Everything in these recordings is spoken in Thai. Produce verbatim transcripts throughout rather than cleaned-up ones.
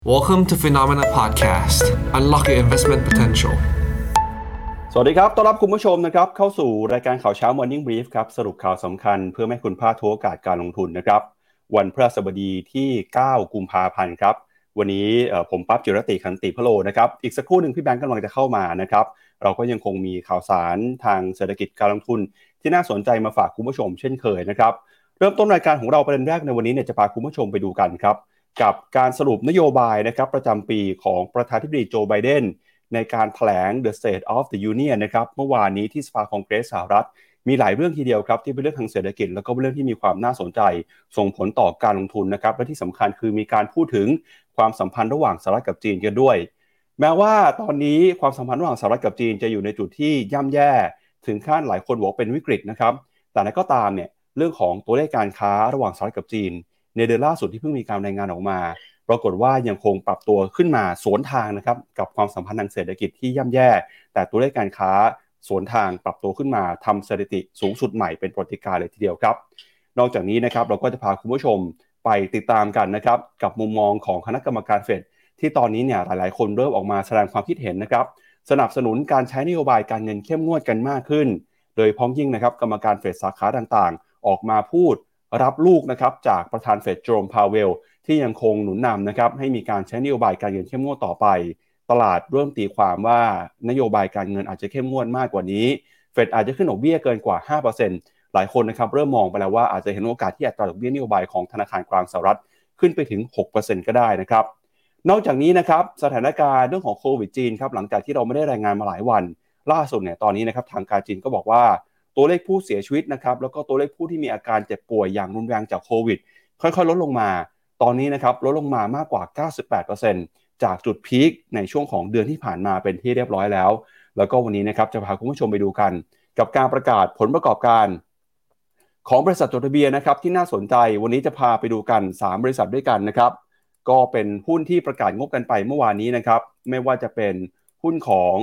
Welcome to Phenomena Podcast. Unlock your investment potential. สวัสดีครับต้อนรับคุณผู้ชมนะครับเข้าสู่รายการข่าวเช้า Morning Brief ครับสรุปข่าวสำคัญเพื่อไม่ให้คุณพลาดทุกโอกาสการลงทุนนะครับวันพฤหัสบดีที่เก้ากุมภาพันธ์ครับวันนี้ผมปั๊บจิรติขันติพโลนะครับอีกสักครู่นึงพี่แบงค์กำลังจะเข้ามานะครับเราก็ยังคงมีข่าวสารทางเศรษฐกิจการลงทุนที่น่าสนใจมาฝากคุณผู้ชมเช่นเคยนะครับเริ่มต้นรายการของเราประเด็นแรกในวันนี้เนี่ยจะพาคุณผู้ชมไปดูกันครับกับการสรุปนโยบายนะครับประจำปีของประธานาธิบดีโจไบเดนในการแถลง The State of the Union นะครับเมื่อวานนี้ที่สภาคองเกรสสหรัฐมีหลายเรื่องทีเดียวครับที่เป็นเรื่องทางเศรษฐกิจแล้วก็เป็นเรื่องที่มีความน่าสนใจส่งผลต่อการลงทุนนะครับและที่สำคัญคือมีการพูดถึงความสัมพันธ์ระหว่างสหรัฐกับจีนกันด้วยแม้ว่าตอนนี้ความสัมพันธ์ระหว่างสหรัฐกับจีนจะอยู่ในจุดที่ย่ำแย่ถึงขั้นหลายคนบอกเป็นวิกฤตนะครับแต่นั้นก็ตามเนี่ยเรื่องของตัวเลขการค้าระหว่างสหรัฐกับจีนในเดือนล่าสุดที่เพิ่งมีการรายงานออกมาปรากฏว่ายังคงปรับตัวขึ้นมาสวนทางนะครับกับความสัมพันธ์ทางเศรษฐกิจที่ย่ำแย่แต่ตัวเลขการค้าสวนทางปรับตัวขึ้นมาทำสถิติสูงสุดใหม่เป็นประวัติการณ์เลยทีเดียวครับนอกจากนี้นะครับเราก็จะพาคุณผู้ชมไปติดตามกันนะครับกับมุมมองของคณะกรรมการเฟดที่ตอนนี้เนี่ยหลายๆคนเริ่มออกมาแสดงความคิดเห็นนะครับสนับสนุนการใช้นโยบายการเงินเข้มงวดกันมากขึ้นโดยพ้องยิ่งนะครับกรรมการเฟดสาขาต่างๆออกมาพูดรับลูกนะครับจากประธานเฟดเจอโรมพาวเวลที่ยังคงหนุนนำนะครับให้มีการใช้นโยบายการเงินเข้มงวดต่อไปตลาดเริ่มตีความว่านโยบายการเงินอาจจะเข้มงวดมากกว่านี้เฟดอาจจะขึ้นดอกเบี้ยเกินกว่า ห้าเปอร์เซ็นต์ หลายคนนะครับเริ่มมองไปแล้วว่าอาจจะเห็นโอกาสที่อัตราดอกเบี้ยนโยบายของธนาคารกลางสหรัฐขึ้นไปถึง หกเปอร์เซ็นต์ ก็ได้นะครับนอกจากนี้นะครับสถานการณ์เรื่องของโควิดจีนครับหลังจากที่เราไม่ได้รายงานมาหลายวันล่าสุดเนี่ยตอนนี้นะครับทางการจีนก็บอกว่าตัวเลขผู้เสียชีวิตนะครับแล้วก็ตัวเลขผู้ที่มีอาการเจ็บป่วยอย่างรุนแรงจากโควิดค่อยๆลดลงมาตอนนี้นะครับลดลงมามากกว่า เก้าสิบแปดเปอร์เซ็นต์ จากจุดพีคในช่วงของเดือนที่ผ่านมาเป็นที่เรียบร้อยแล้วแล้วก็วันนี้นะครับจะพาคุณผู้ชมไปดูกันกับการประกาศผลประกอบการของบริษัทจดทะเบียนนะครับที่น่าสนใจวันนี้จะพาไปดูกันสามบริษัทด้วยกันนะครับก็เป็นหุ้นที่ประกาศงบกันไปเมื่อวานนี้นะครับไม่ว่าจะเป็นหุ้นของ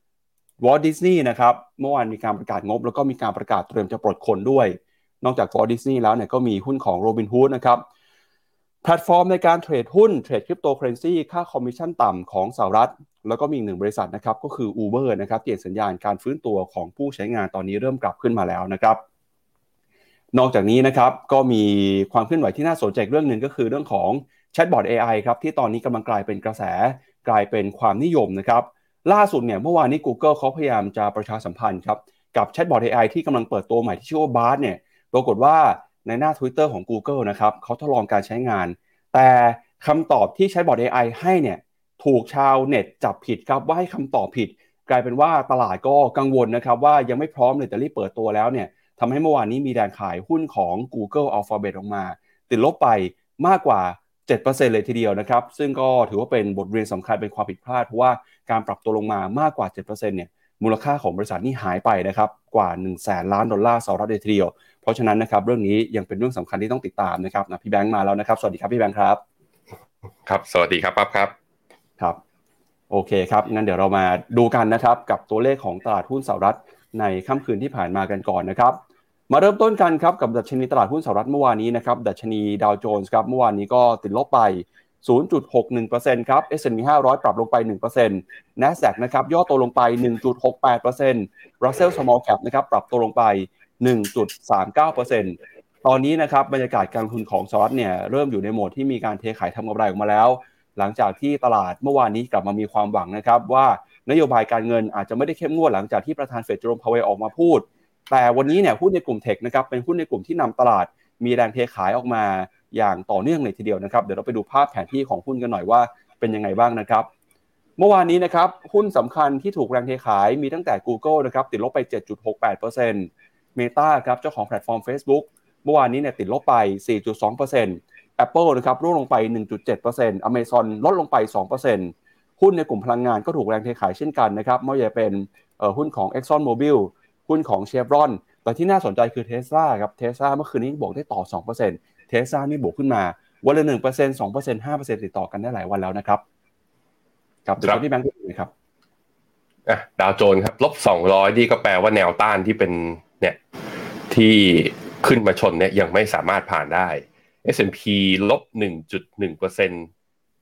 Walt Disney นะครับเมื่อวานมีการประกาศงบแล้วก็มีการประกาศเตรียมจะปลดคนด้วยนอกจาก Walt Disney แล้วเนี่ยก็มีหุ้นของ Robinhood นะครับแพลตฟอร์มในการเทรดหุ้นเทรดคริปโตเคอเรนซีค่าคอมมิชชั่นต่ำของสหรัฐแล้วก็มีอีกหนึ่งบริษัทนะครับก็คือ Uber นะครับที่เห็นสัญญาณการฟื้นตัวของผู้ใช้งานตอนนี้เริ่มกลับขึ้นมาแล้วนะครับนอกจากนี้นะครับก็มีความเคลื่อนไหวที่น่าสนใจเรื่องนึงก็คือเรื่องของแชทบอท เอ ไอ ครับที่ตอนนี้กำลังกลายเป็นกระแสกลายเป็นความนิยมนะครับล่าสุดเนี่ยเมื่อวานนี้ Google เขาพยายามจะประชาสัมพันธ์ครับกับแชทบอท เอ ไอ ที่กำลังเปิดตัวใหม่ที่ชื่อว่า Bard เนี่ยปรากฏว่าในหน้า Twitter ของ Google นะครับเขาทดลองการใช้งานแต่คำตอบที่แชทบอท เอ ไอ ให้เนี่ยถูกชาวเน็ตจับผิดครับว่าให้คำตอบผิดกลายเป็นว่าตลาดก็กังวลนะครับว่ายังไม่พร้อมเลยแต่รีบเปิดตัวแล้วเนี่ยทำให้เมื่อวานนี้มีแรงขายหุ้นของ Google Alphabet ออกมาติดลบไปมากกว่า เจ็ดเปอร์เซ็นต์ เลยทีเดียวนะครับซึ่งก็ถือว่าเป็นบทเรียนสำคัญเป็นความผิดพลาดเพราะว่าการปรับตัวลงมามากกว่า เจ็ดเปอร์เซ็นต์ เนี่ยมูลค่าของบริษัทนี่หายไปนะครับกว่า หนึ่งแสนล้านดอลลาร์สหรัฐเลยทีเดียวเพราะฉะนั้นนะครับเรื่องนี้ยังเป็นเรื่องสำคัญที่ต้องติดตามนะครับนะพี่แบงค์มาแล้วนะครับสวัสดีครับพี่แบงค์ครับครับสวัสดีครับปั๊บครับครับโอเคครับงั้นเดี๋ยวเรามาดูกันนะครับกับตัวเลขของตลาดหุ้นสหรัฐในค่ำคืนที่ผ่านมากันก่อนนะครับมาเริ่มต้นกันครับกับดัชนีตลาดหุ้นสหรัฐเมื่อวานนี้นะครับดัชนีดาวโจนส์ครับเมื่อวานนี้ก็ติดลบไป ศูนย์จุดหกหนึ่งเปอร์เซ็นต์ ครับ เอส แอนด์ พี ห้าร้อยปรับลงไป หนึ่งเปอร์เซ็นต์ NASDAQ นะครับย่อตัวลงไป หนึ่งจุดหกแปดเปอร์เซ็นต์ Russell Small Cap นะครับปรับตัวลงไป หนึ่งจุดสามเก้าเปอร์เซ็นต์ ตอนนี้นะครับบรรยากาศการลงทุนของสหรัฐเนี่ยเริ่มอยู่ในโหมดที่มีการเทขายทำกำไรออกมาแล้วหลังจากที่ตลาดเมื่อวานนี้กลับมามีความหวังนะครับว่านโยบายการเงินอาจจะไม่ได้เข้มงวดหลังจากที่ประธานเฟดเจอโรมพาวเวลออกมาพูดแต่วันนี้เนี่ยหุ้นในกลุ่มเทคนะครับเป็นหุ้นในกลุ่มที่นำตลาดมีแรงเทขายออกมาอย่างต่อเนื่องเลยทีเดียวนะครับเดี๋ยวเราไปดูภาพแผนที่ของหุ้นกันหน่อยว่าเป็นยังไงบ้างนะครับเมื่อวานนี้นะครับหุ้นสำคัญที่ถูกแรงเทขายมีตั้งแต่ Google นะครับติดลบไป เจ็ดจุดหกแปดเปอร์เซ็นต์ Meta ครับเจ้าของแพลตฟอร์ม Facebook เมื่อวานนี้เนี่ยติดลบไป สี่จุดสองเปอร์เซ็นต์ Apple นะครับร่วงลงไป หนึ่งจุดเจ็ดเปอร์เซ็นต์ Amazon ลดลงไป สองเปอร์เซ็นต์ หุ้นในกลุ่มพลังงานก็ถูกแรงเทขายเช่นกันนะครับไม่ว่าจะเป็นเอ่อหุ้นของ ExxonMobil หุ้นของ Chevron แต่ที่น่าสนใจคือ Tesla ครับ Tesla เมื่อคืนนี้บวกได้ต่อ สองเปอร์เซ็นต์ Tesla นี่บวกขึ้นมาวันละ หนึ่งเปอร์เซ็นต์ สองเปอร์เซ็นต์ ห้าเปอร์เซ็นต์ ติดต่อกันได้หลายวันแล้วนะครับครับเดี๋ยวพี่แบงค์พูดหน่อยครับอ่ะดาวโจนส์ครับลบสองร้อยนี่ก็แปลว่าแนวต้านที่เป็นเนี่ยที่ขึ้นมาชนเนี่ยยังไม่สามารถผ่านได้ เอส แอนด์ พี ลบ หนึ่งจุดหนึ่งเปอร์เซ็นต์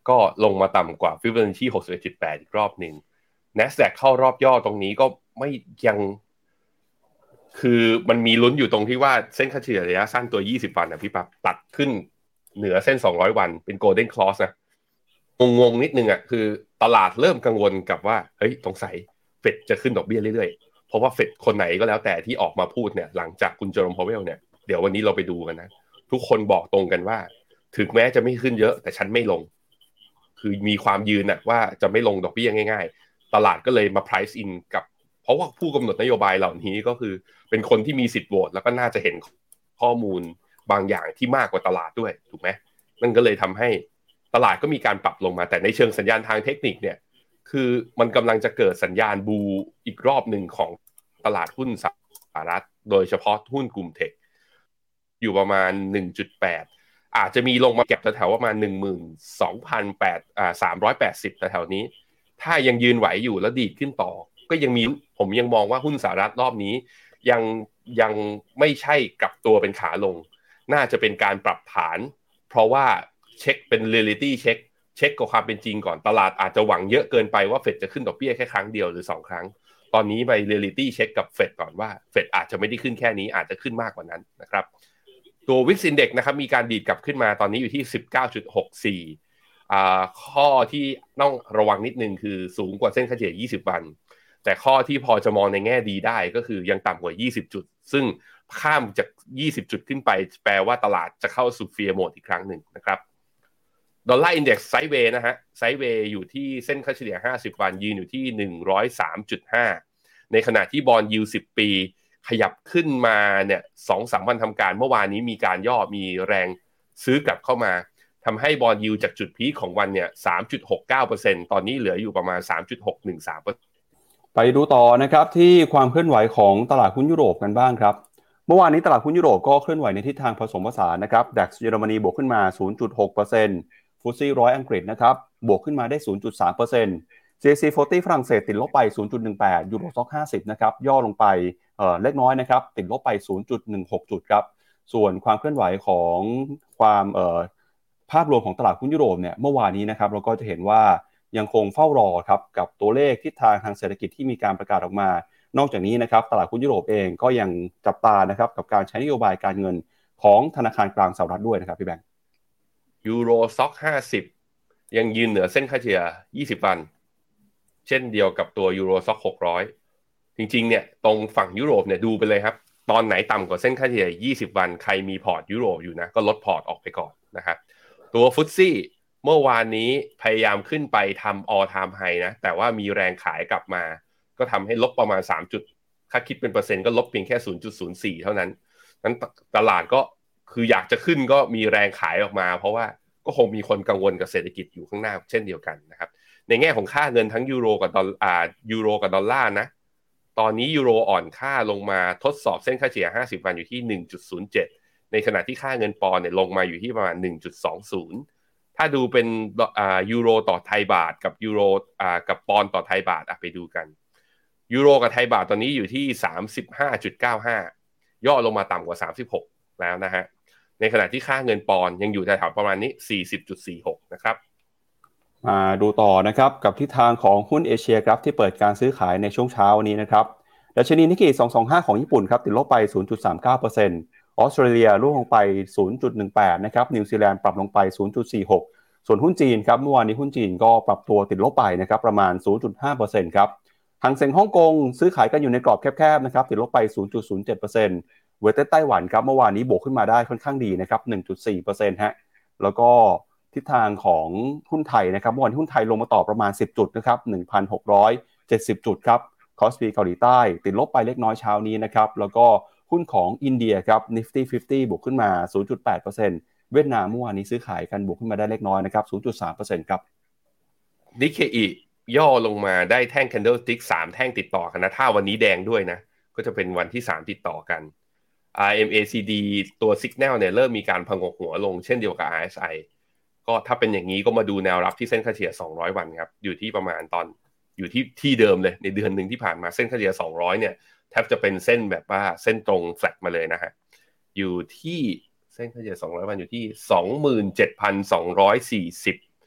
ก็ลงมาต่ำกว่า Fibonacci หกสิบเอ็ดจุดแปด อีกรอบนึง NASDAQ เข้ารอบย่อตรงนี้ก็ไม่ยังคือมันมีลุ้นอยู่ตรงที่ว่าเส้นค่าเฉลี่ยระยะสั้นตัวยี่สิบวันนะพี่ปั๊บตัดขึ้นเหนือเส้นสองร้อยวันเป็น Golden Cross นะงงๆนิดนึงอ่ะคือตลาดเริ่มกังวลกับว่าเฮ้ยสงสัยเฟดจะขึ้นดอกเบี้ยเรื่อยๆเพราะว่าเฟดคนไหนก็แล้วแต่ที่ออกมาพูดเนี่ยหลังจากคุณเจอร์ม พาวเวลเนี่ยเดี๋ยววันนี้เราไปดูกันนะทุกคนบอกตรงกันว่าถึงแม้จะไม่ขึ้นเยอะแต่ฉันไม่ลงคือมีความยืนน่ะว่าจะไม่ลงดอกเบี้ยง่ายๆตลาดก็เลยมา price in กับเพราะว่าผู้กำหนดนโยบายเหล่านี้ก็คือเป็นคนที่มีสิทธิ์โหวตแล้วก็น่าจะเห็นข้อมูลบางอย่างที่มากกว่าตลาดด้วยถูกไหมนั่นก็เลยทำให้ตลาดก็มีการปรับลงมาแต่ในเชิงสัญญาณทางเทคนิคเนี่ยคือมันกำลังจะเกิดสัญญาณบูอีกรอบหนึ่งของตลาดหุ้นสหรัฐโดยเฉพาะหุ้นกลุ่มเทคอยู่ประมาณ หนึ่งจุดแปด อาจจะมีลงมาเก็บแถวๆประมาณ หนึ่งหมื่นสองพันแปดร้อย อ่า สามร้อยแปดสิบแถวๆนี้ถ้ายังยืนไหวอยู่แล้วดีดขึ้นต่อก็ยังมีผมยังมองว่าหุ้นสหรัฐรอบนี้ยังยังไม่ใช่กลับตัวเป็นขาลงน่าจะเป็นการปรับฐานเพราะว่าเช็คเป็น reality เช็คเช็คกับความเป็นจริงก่อนตลาดอาจจะหวังเยอะเกินไปว่าเฟดจะขึ้นดอกเบี้ยแค่ครั้งเดียวหรือสองครั้งตอนนี้ไป reality เช็คกับเฟดก่อนว่าเฟดอาจจะไม่ได้ขึ้นแค่นี้อาจจะขึ้นมากกว่านั้นนะครับตัว Wix Index นะครับมีการดีดกลับขึ้นมาตอนนี้อยู่ที่ สิบเก้าจุดหกสี่ อ่าข้อที่ต้องระวังนิดนึงคือสูงกว่าเส้นค่าเฉลี่ยยี่สิบวันแต่ข้อที่พอจะมองในแง่ดีได้ก็คือยังต่ำกว่ายี่สิบจุดซึ่งข้ามจากยี่สิบจุดขึ้นไปแปลว่าตลาดจะเข้าสู่เฟียร์โหมดอีกครั้งหนึ่งนะครับดอลลาร์อินเด็กซ์ไซด์เวย์นะฮะไซด์เวย์อยู่ที่เส้นค่าเฉลี่ยห้าสิบวันยืนอยู่ที่ หนึ่งร้อยสามจุดห้า ในขณะที่บอนด์ยิลด์สิบปีขยับขึ้นมาเนี่ย สองถึงสาม วันทำการเมื่อวานนี้มีการย่อมีแรงซื้อกลับเข้ามาทำให้บอนด์ยิลด์จากจุดพีคของวันเนี่ย สามจุดหกเก้าเปอร์เซ็นต์ ตอนนี้เหลืออยู่ประมาณ สามจุดหกหนึ่งสามเปอร์เซ็นต์ไปดูต่อนะครับที่ความเคลื่อนไหวของตลาดหุ้นยุโรปกันบ้างครับเมื่อวานนี้ตลาดหุ้นยุโรปก็เคลื่อนไหวในทิศทางผสมผสานนะครับ ดัค เยอรมนีบวกขึ้นมา ศูนย์จุดหกเปอร์เซ็นต์ ฟุตซี่หนึ่งร้อยอังกฤษนะครับบวกขึ้นมาได้ ศูนย์จุดสามเปอร์เซ็นต์ ซี เอ ซี สี่สิบ ฝรั่งเศสติดลบไป ศูนย์จุดหนึ่งแปด ยูโรซ็อกห้าสิบนะครับย่อลงไปเอ่อเล็กน้อยนะครับติดลบไป ศูนย์จุดหนึ่งหก จุดครับส่วนความเคลื่อนไหวของความเอ่อภาพรวมของตลาดหุ้นยุโรปเนี่ยเมื่อวานนี้นะครับเราก็จะเห็นว่ายังคงเฝ้ารอครับกับตัวเลขทิศทางทางเศรษฐกิจที่มีการประกาศออกมานอกจากนี้นะครับตลาดหุ้นยุโรปเองก็ยังจับตานะครับกับการใช้นโยบายการเงินของธนาคารกลางสหรัฐด้วยนะครับพี่แบงค์ยูโรซ็อกห้าสิบยังยืนเหนือเส้นค่าเฉลี่ยยี่สิบวันเช่นเดียวกับตัวยูโรซ็อกหกร้อยจริงๆเนี่ยตรงฝั่งยุโรปเนี่ยดูไปเลยครับตอนไหนต่ำกว่าเส้นค่าเฉลี่ยยี่สิบวันใครมีพอร์ตยุโรปอยู่นะก็ลดพอร์ตออกไปก่อนนะครับตัวฟุตซี่เมื่อวานนี้พยายามขึ้นไปทำ all time high นะแต่ว่ามีแรงขายกลับมาก็ทำให้ลบประมาณสามจุดถ้าคิดเป็นเปอร์เซ็นต์ก็ลบเพียงแค่ ศูนย์จุดศูนย์สี่ เท่านั้นนั้นตลาดก็คืออยากจะขึ้นก็มีแรงขายออกมาเพราะว่าก็คงมีคนกังวลกับเศรษฐกิจอยู่ข้างหน้าเช่นเดียวกันนะครับในแง่ของค่าเงินทั้งยูโรกับดอลอ่ายูโรกับดอลลาร์นะตอนนี้ยูโรอ่อนค่าลงมาทดสอบเส้นค่าเฉลี่ยห้าสิบวันอยู่ที่ หนึ่งจุดศูนย์เจ็ด ในขณะที่ค่าเงินปอนด์เนี่ยลงมาอยู่ที่ประมาณ หนึ่งจุดสองศูนย์ ถ้าดูเป็นอ่ายูโรต่อไทยบาทกับยูโรอ่ากับปอนด์ต่อไทยบาทอ่ะไปดูกันยูโรกับไทยบาทตอนนี้อยู่ที่ สามสิบห้าจุดเก้าห้า ย่อลงมาต่ำกว่าสามสิบหกแล้วนะฮะในขณะที่ค่าเงินปอนด์ยังอยู่แถวๆประมาณนี้ สี่สิบจุดสี่หก นะครับมาดูต่อนะครับกับทิศทางของหุ้นเอเชียครับที่เปิดการซื้อขายในช่วงเช้าวันนี้นะครับดัชนีนิกเกอิสองร้อยยี่สิบห้าของญี่ปุ่นครับติดลบไป ศูนย์จุดสามเก้าเปอร์เซ็นต์ ออสเตรเลียร่วงลงไป ศูนย์จุดหนึ่งแปด นะครับนิวซีแลนด์ปรับลงไป ศูนย์จุดสี่หก ส่วนหุ้นจีนครับเมื่อวานนี้หุ้นจีนก็ปรับตัวติดลบไปนะครับประมาณ ศูนย์จุดห้าเปอร์เซ็นต์ ครับหางเส็งฮ่องกงซื้อขายกันอยู่ในกรอบแคบๆนะครับติดลบไป ศูนย์จุดศูนย์เจ็ดเปอร์เซ็นต์ เวทเต้ไต้หวันครับเมื่อวานนี้บวกขึ้นมาได้ค่อนข้างดีนะครับ หนึ่งจุดสี่เปอร์เซ็นต์ ฮะแล้วก็ทิศทางของหุ้นไทยนะครับเมื่อวานหุ้นไทยลงมาต่อประมาณสิบจุดนะครับ หนึ่งพันหกร้อยเจ็ดสิบ จุดครับคอสปีเกาหลีใต้ติดลบไปเล็กน้อยเช้านี้นะครับแล้วก็หุ้นของอินเดียครับ Nifty ห้าสิบบวกขึ้นมา ศูนย์จุดแปดเปอร์เซ็นต์ เวียดนามเมื่อวานนี้ซื้อขายกันบวกขึ้นมาได้เล็กน้อยนะครับ ศูนย์จุดสามเปอร์เซ็นต์ ครับนิเคอิย่อลงมาได้แท่ง candlestick สามแท่งติดต่อกันนะถ้าวันนี้แดงด้วยนะก็จะเป็นวันที่สามติดต่อกัน อาร์ เอ็ม เอ ซี ดี ตัว Signal เนี่ยเริ่มมีการพงกหัวลงเช่นเดียวกับ อาร์ เอส ไอ ก็ถ้าเป็นอย่างนี้ก็มาดูแนวรับที่เส้นค่าเฉลี่ยสองร้อยวันครับอยู่ที่ประมาณตอนอยู่ที่ที่เดิมเลยในเดือนหนึ่งที่ผ่านมาเส้นค่าเฉลี่ยสองร้อยเนี่ยแทบจะเป็นเส้นแบบว่าเส้นตรงแฟลตมาเลยนะฮะอยู่ที่เส้นค่าเฉลี่ยสองร้อยวันอยู่ที่ สองหมื่นเจ็ดพันสองร้อยสี่สิบ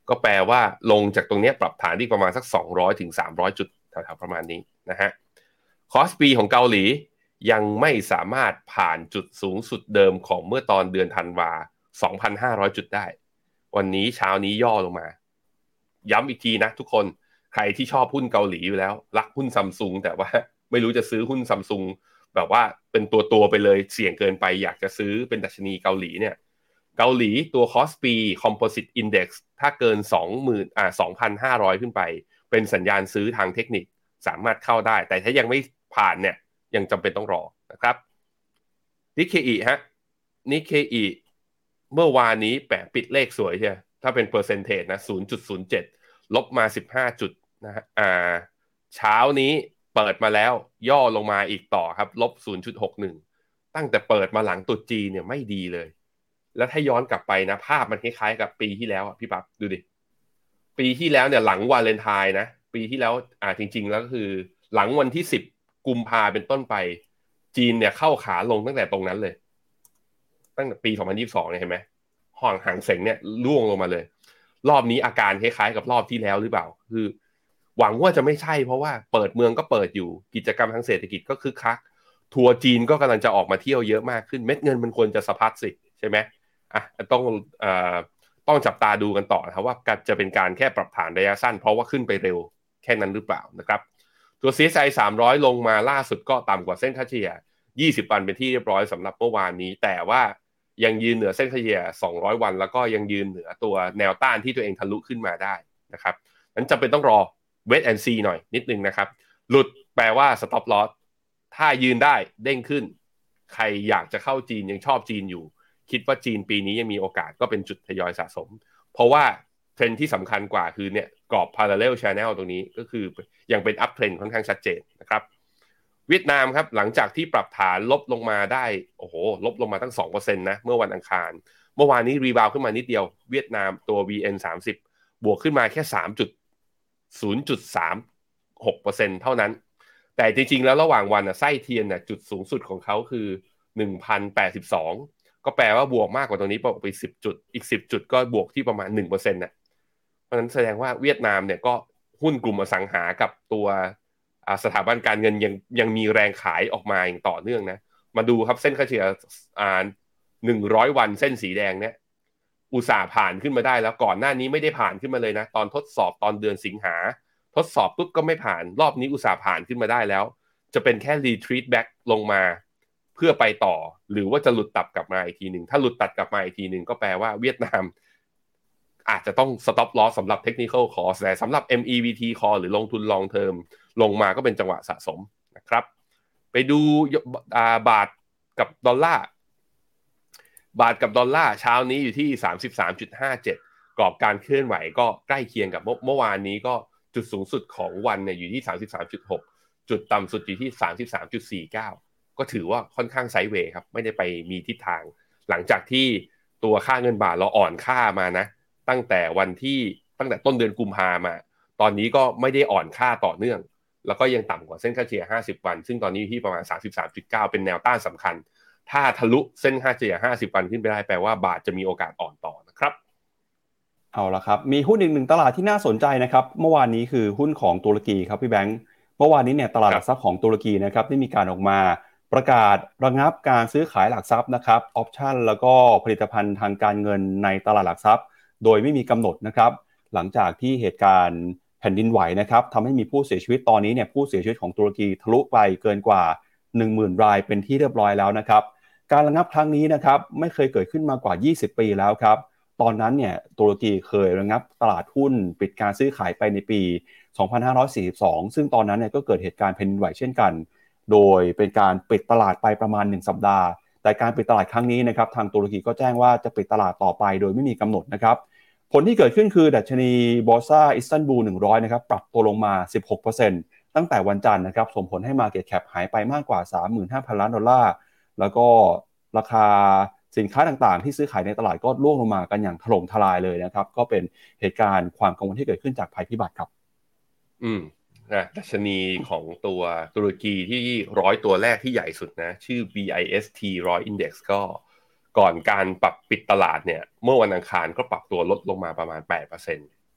ก็แปลว่าลงจากตรงนี้ปรับฐานที่ประมาณสักสองร้อยถึงสามร้อยจุดแถวๆประมาณนี้นะฮะคอสปีของเกาหลียังไม่สามารถผ่านจุดสูงสุดเดิมของเมื่อตอนเดือนธันวา สองพันห้าร้อย จุดได้วันนี้เช้านี้ย่อลงมาย้ำอีกทีนะทุกคนใครที่ชอบหุ้นเกาหลีอยู่แล้วรักหุ้นซัมซุงแต่ว่าไม่รู้จะซื้อหุ้นซัมซุงแบบว่าเป็นตัวตัวไปเลยเสี่ยงเกินไปอยากจะซื้อเป็นดัชนีเกาหลีเนี่ยเกาหลีตัว Kospi Composite Index ถ้าเกิน สองหมื่น อ่า สองพันห้าร้อย ขึ้นไปเป็นสัญญาณซื้อทางเทคนิคสามารถเข้าได้แต่ถ้ายังไม่ผ่านเนี่ยยังจำเป็นต้องรอนะครับนิเคอิฮะนิเคอิเมื่อวานนี้แปะปิดเลขสวยใช่ถ้าเป็นเปอร์เซ็นเทจนะ ศูนย์จุดศูนย์เจ็ด ลบมาสิบห้าจุดนะฮะอ่าเช้านี้เปิดมาแล้วย่อลงมาอีกต่อครับลบ ศูนย์จุดหกหนึ่ง ตั้งแต่เปิดมาหลังตรุษจีนเนี่ยไม่ดีเลยแล้วถ้าย้อนกลับไปนะภาพมันคล้ายๆกับปีที่แล้วอ่ะพี่ปั๊บดูดิปีที่แล้วเนี่ยหลังวาเลนไทน์นะปีที่แล้วอ่าจริงๆแล้วก็คือหลังวันที่สิบกุมภาเป็นต้นไปจีนเนี่ยเข้าขาลงตั้งแต่ตรงนั้นเลยตั้งแต่ปีสองพันยี่สิบสองเนี่ยเห็นไหมห่างหางเส็งเนี่ยร่วงลงมาเลยรอบนี้อาการคล้ายๆกับรอบที่แล้วหรือเปล่าคือหวังว่าจะไม่ใช่เพราะว่าเปิดเมืองก็เปิดอยู่กิจกรรมทางเศรษฐกิจก็คึกคักทัวร์จีนก็กำลังจะออกมาเที่ยวเยอะมากขึ้นเม็ดเงินมันควรจะสะพัดสิใช่ไหมอ่ะต้องเอ่อต้องจับตาดูกันต่อนะครับว่าจะเป็นการแค่ปรับฐานระยะสั้นเพราะว่าขึ้นไปเร็วแค่นั้นหรือเปล่านะครับตัว ซี เอส ไอ สามร้อยลงมาล่าสุดก็ต่ำกว่าเส้นค่าเฉลี่ยยี่สิบวันเป็นที่เรียบร้อยสำหรับเมื่อวานนี้แต่ว่ายังยืนเหนือเส้นเฉลี่ยสองร้อยวันแล้วก็ยังยืนเหนือตัวแนวต้านที่ตัวเองทะลุขึ้นมาได้นะครับนั้นจำเป็นต้องรอ wait and see หน่อยนิดนึงนะครับหลุดแปลว่า stop loss ถ้ายืนได้เด้งขึ้นใครอยากจะเข้าจีนยังชอบจีนอยู่คิดว่าจีนปีนี้ยังมีโอกาสก็เป็นจุดทยอยสะสมเพราะว่าเทรนที่สำคัญกว่าคือเนี่ยกรอบ parallel channel ตรงนี้ก็คือยังเป็น up trend ค่อนข้างชัดเจนนะครับเวียดนามครับหลังจากที่ปรับฐานลบลงมาได้โอ้โหลบลงมาตั้ง สองเปอร์เซ็นต์ นะเมื่อวันอังคารเมื่อวานนี้รีบาวขึ้นมานิดเดียวเวียดนามตัว วี เอ็น สามสิบ บวกขึ้นมาแค่ สามจุดศูนย์สามหกเปอร์เซ็นต์ เท่านั้นแต่จริงๆแล้วระหว่างวันน่ะไส้เทียนน่ะจุดสูงสุดของเขาคือ หนึ่งพันแปดสิบสอง ก็แปลว่าบวกมากกว่าตรงนี้ไปสิบจุดอีกสิบจุดก็บวกที่ประมาณ หนึ่งเปอร์เซ็นต์ น่ะเพราะฉะนั้นแสดงว่าเวียดนามเนี่ยก็หุ้นกลุ่มอสังหากับตัวสถาบันการเงินยังยังมีแรงขายออกมาอย่างต่อเนื่องนะมาดูครับเส้นค่าเฉลี่ยอ่าหนึ่งร้อยวันเส้นสีแดงเนี่ยอุตสาห์ผ่านขึ้นมาได้แล้วก่อนหน้านี้ไม่ได้ผ่านขึ้นมาเลยนะตอนทดสอบตอนเดือนสิงหาทดสอบปุ๊บก็ไม่ผ่านรอบนี้อุตสาห์ผ่านขึ้นมาได้แล้วจะเป็นแค่ retreat back ลงมาเพื่อไปต่อหรือว่าจะหลุดตัดกลับมาอีกทีหนึ่งถ้าหลุดตัดกลับมาอีกทีหนึ่งก็แปลว่าเวียดนามอาจจะต้อง stop loss สำหรับ technical call แต่สำหรับ เอ็ม อี วี ที call หรือลงทุน long term ลงมาก็เป็นจังหวะสะสมนะครับไปดูบาทกับดอลลาร์บาทกับดอลลาร์เช้านี้อยู่ที่ สามสิบสามจุดห้าเจ็ด กรอบการเคลื่อนไหวก็ใกล้เคียงกับเมื่อวานนี้ก็จุดสูงสุดของวันเนี่ยอยู่ที่ สามสิบสามจุดหก จุดต่ำสุดอยู่ที่ สามสิบสามจุดสี่เก้า ก็ถือว่าค่อนข้างไซด์เวย์ครับไม่ได้ไปมีทิศทางหลังจากที่ตัวค่าเงินบาทเราอ่อนค่ามานะตั้งแต่วันที่ตั้งแต่ต้นเดือนกุมภาพันธ์มาตอนนี้ก็ไม่ได้อ่อนค่าต่อเนื่องแล้วก็ยังต่ำกว่าเส้นค่าเฉลี่ยห้าสิบวันซึ่งตอนนี้อยู่ที่ประมาณ สามสิบสามจุดเก้า เป็นแนวต้านสำคัญถ้าทะลุเส้นค่าเฉลี่ยห้าสิบวันขึ้นไปได้แปลว่าบาทจะมีโอกาสอ่อนต่อนะครับเอาละครับมีหุ้นอีกหนึ่งตลาดที่น่าสนใจนะครับเมื่อวานนี้คือหุ้นของตุรกีครับพี่แบงค์เมื่อวานนี้เนี่ยตลาดหลักทรัพย์ของตุรกีนะครับได้มีการออกมาประกาศระงับการซื้อขายหลักทรัพย์นะครับออปชั่นแล้วก็ผลิตภัณฑ์ทางการเงินในตลาดหลักทรัพย์โดยไม่มีกำหนดนะครับหลังจากที่เหตุการณ์แผ่นดินไหวนะครับทำให้มีผู้เสียชีวิตตอนนี้เนี่ยผู้เสียชีวิตของตุรกีทะลุไปเกินกว่า หนึ่งหมื่น รายเป็นที่เรียบร้อยแล้วนะครับการระงับครั้งนี้นะครับไม่เคยเกิดขึ้นมากว่ายี่สิบปีแล้วครับตอนนั้นเนี่ยตุรกีเคยระงับตลาดหุ้นปิดการซื้อขายไปในปีสองพันห้าร้อยสี่สิบสองซึ่งตอนนั้นเนี่ยก็เกิดเหตุการณ์แผ่นดินไหวเช่นกันโดยเป็นการปิดตลาดไปประมาณหนึ่งสัปดาห์แต่การปิดตลาดครั้งนี้นะครับทางตุรกีก็แจ้งว่าจะปิดตลาดต่อไปโดยไม่มีกำหนดนะครับผลที่เกิดขึ้นคือดัชนีบอร์ซ่าอิสตันบูลหนึ่งร้อยนะครับปรับตัวลงมา สิบหกเปอร์เซ็นต์ ตั้งแต่วันจันทร์นะครับส่งผลให้ Market Cap หายไปมากกว่า สามหมื่นห้าพัน ล้านดอลลาร์แล้วก็ราคาสินค้าต่างๆที่ซื้อขายในตลาดก็ร่วงลงมากันอย่างถล่มทลายเลยนะครับก็เป็นเหตุการณ์ความกังวลที่เกิดขึ้นจากภัยพิบัติครับอืมนะดัชนีของตัวตุรกีที่ร้อยตัวแรกที่ใหญ่สุดนะชื่อ บี ไอ เอส ที หนึ่งร้อย Index ก็ก่อนการปรับปิดตลาดเนี่ยเมื่อวันอังคารก็ปรับตัวลดลงมาประมาณ แปดเปอร์เซ็นต์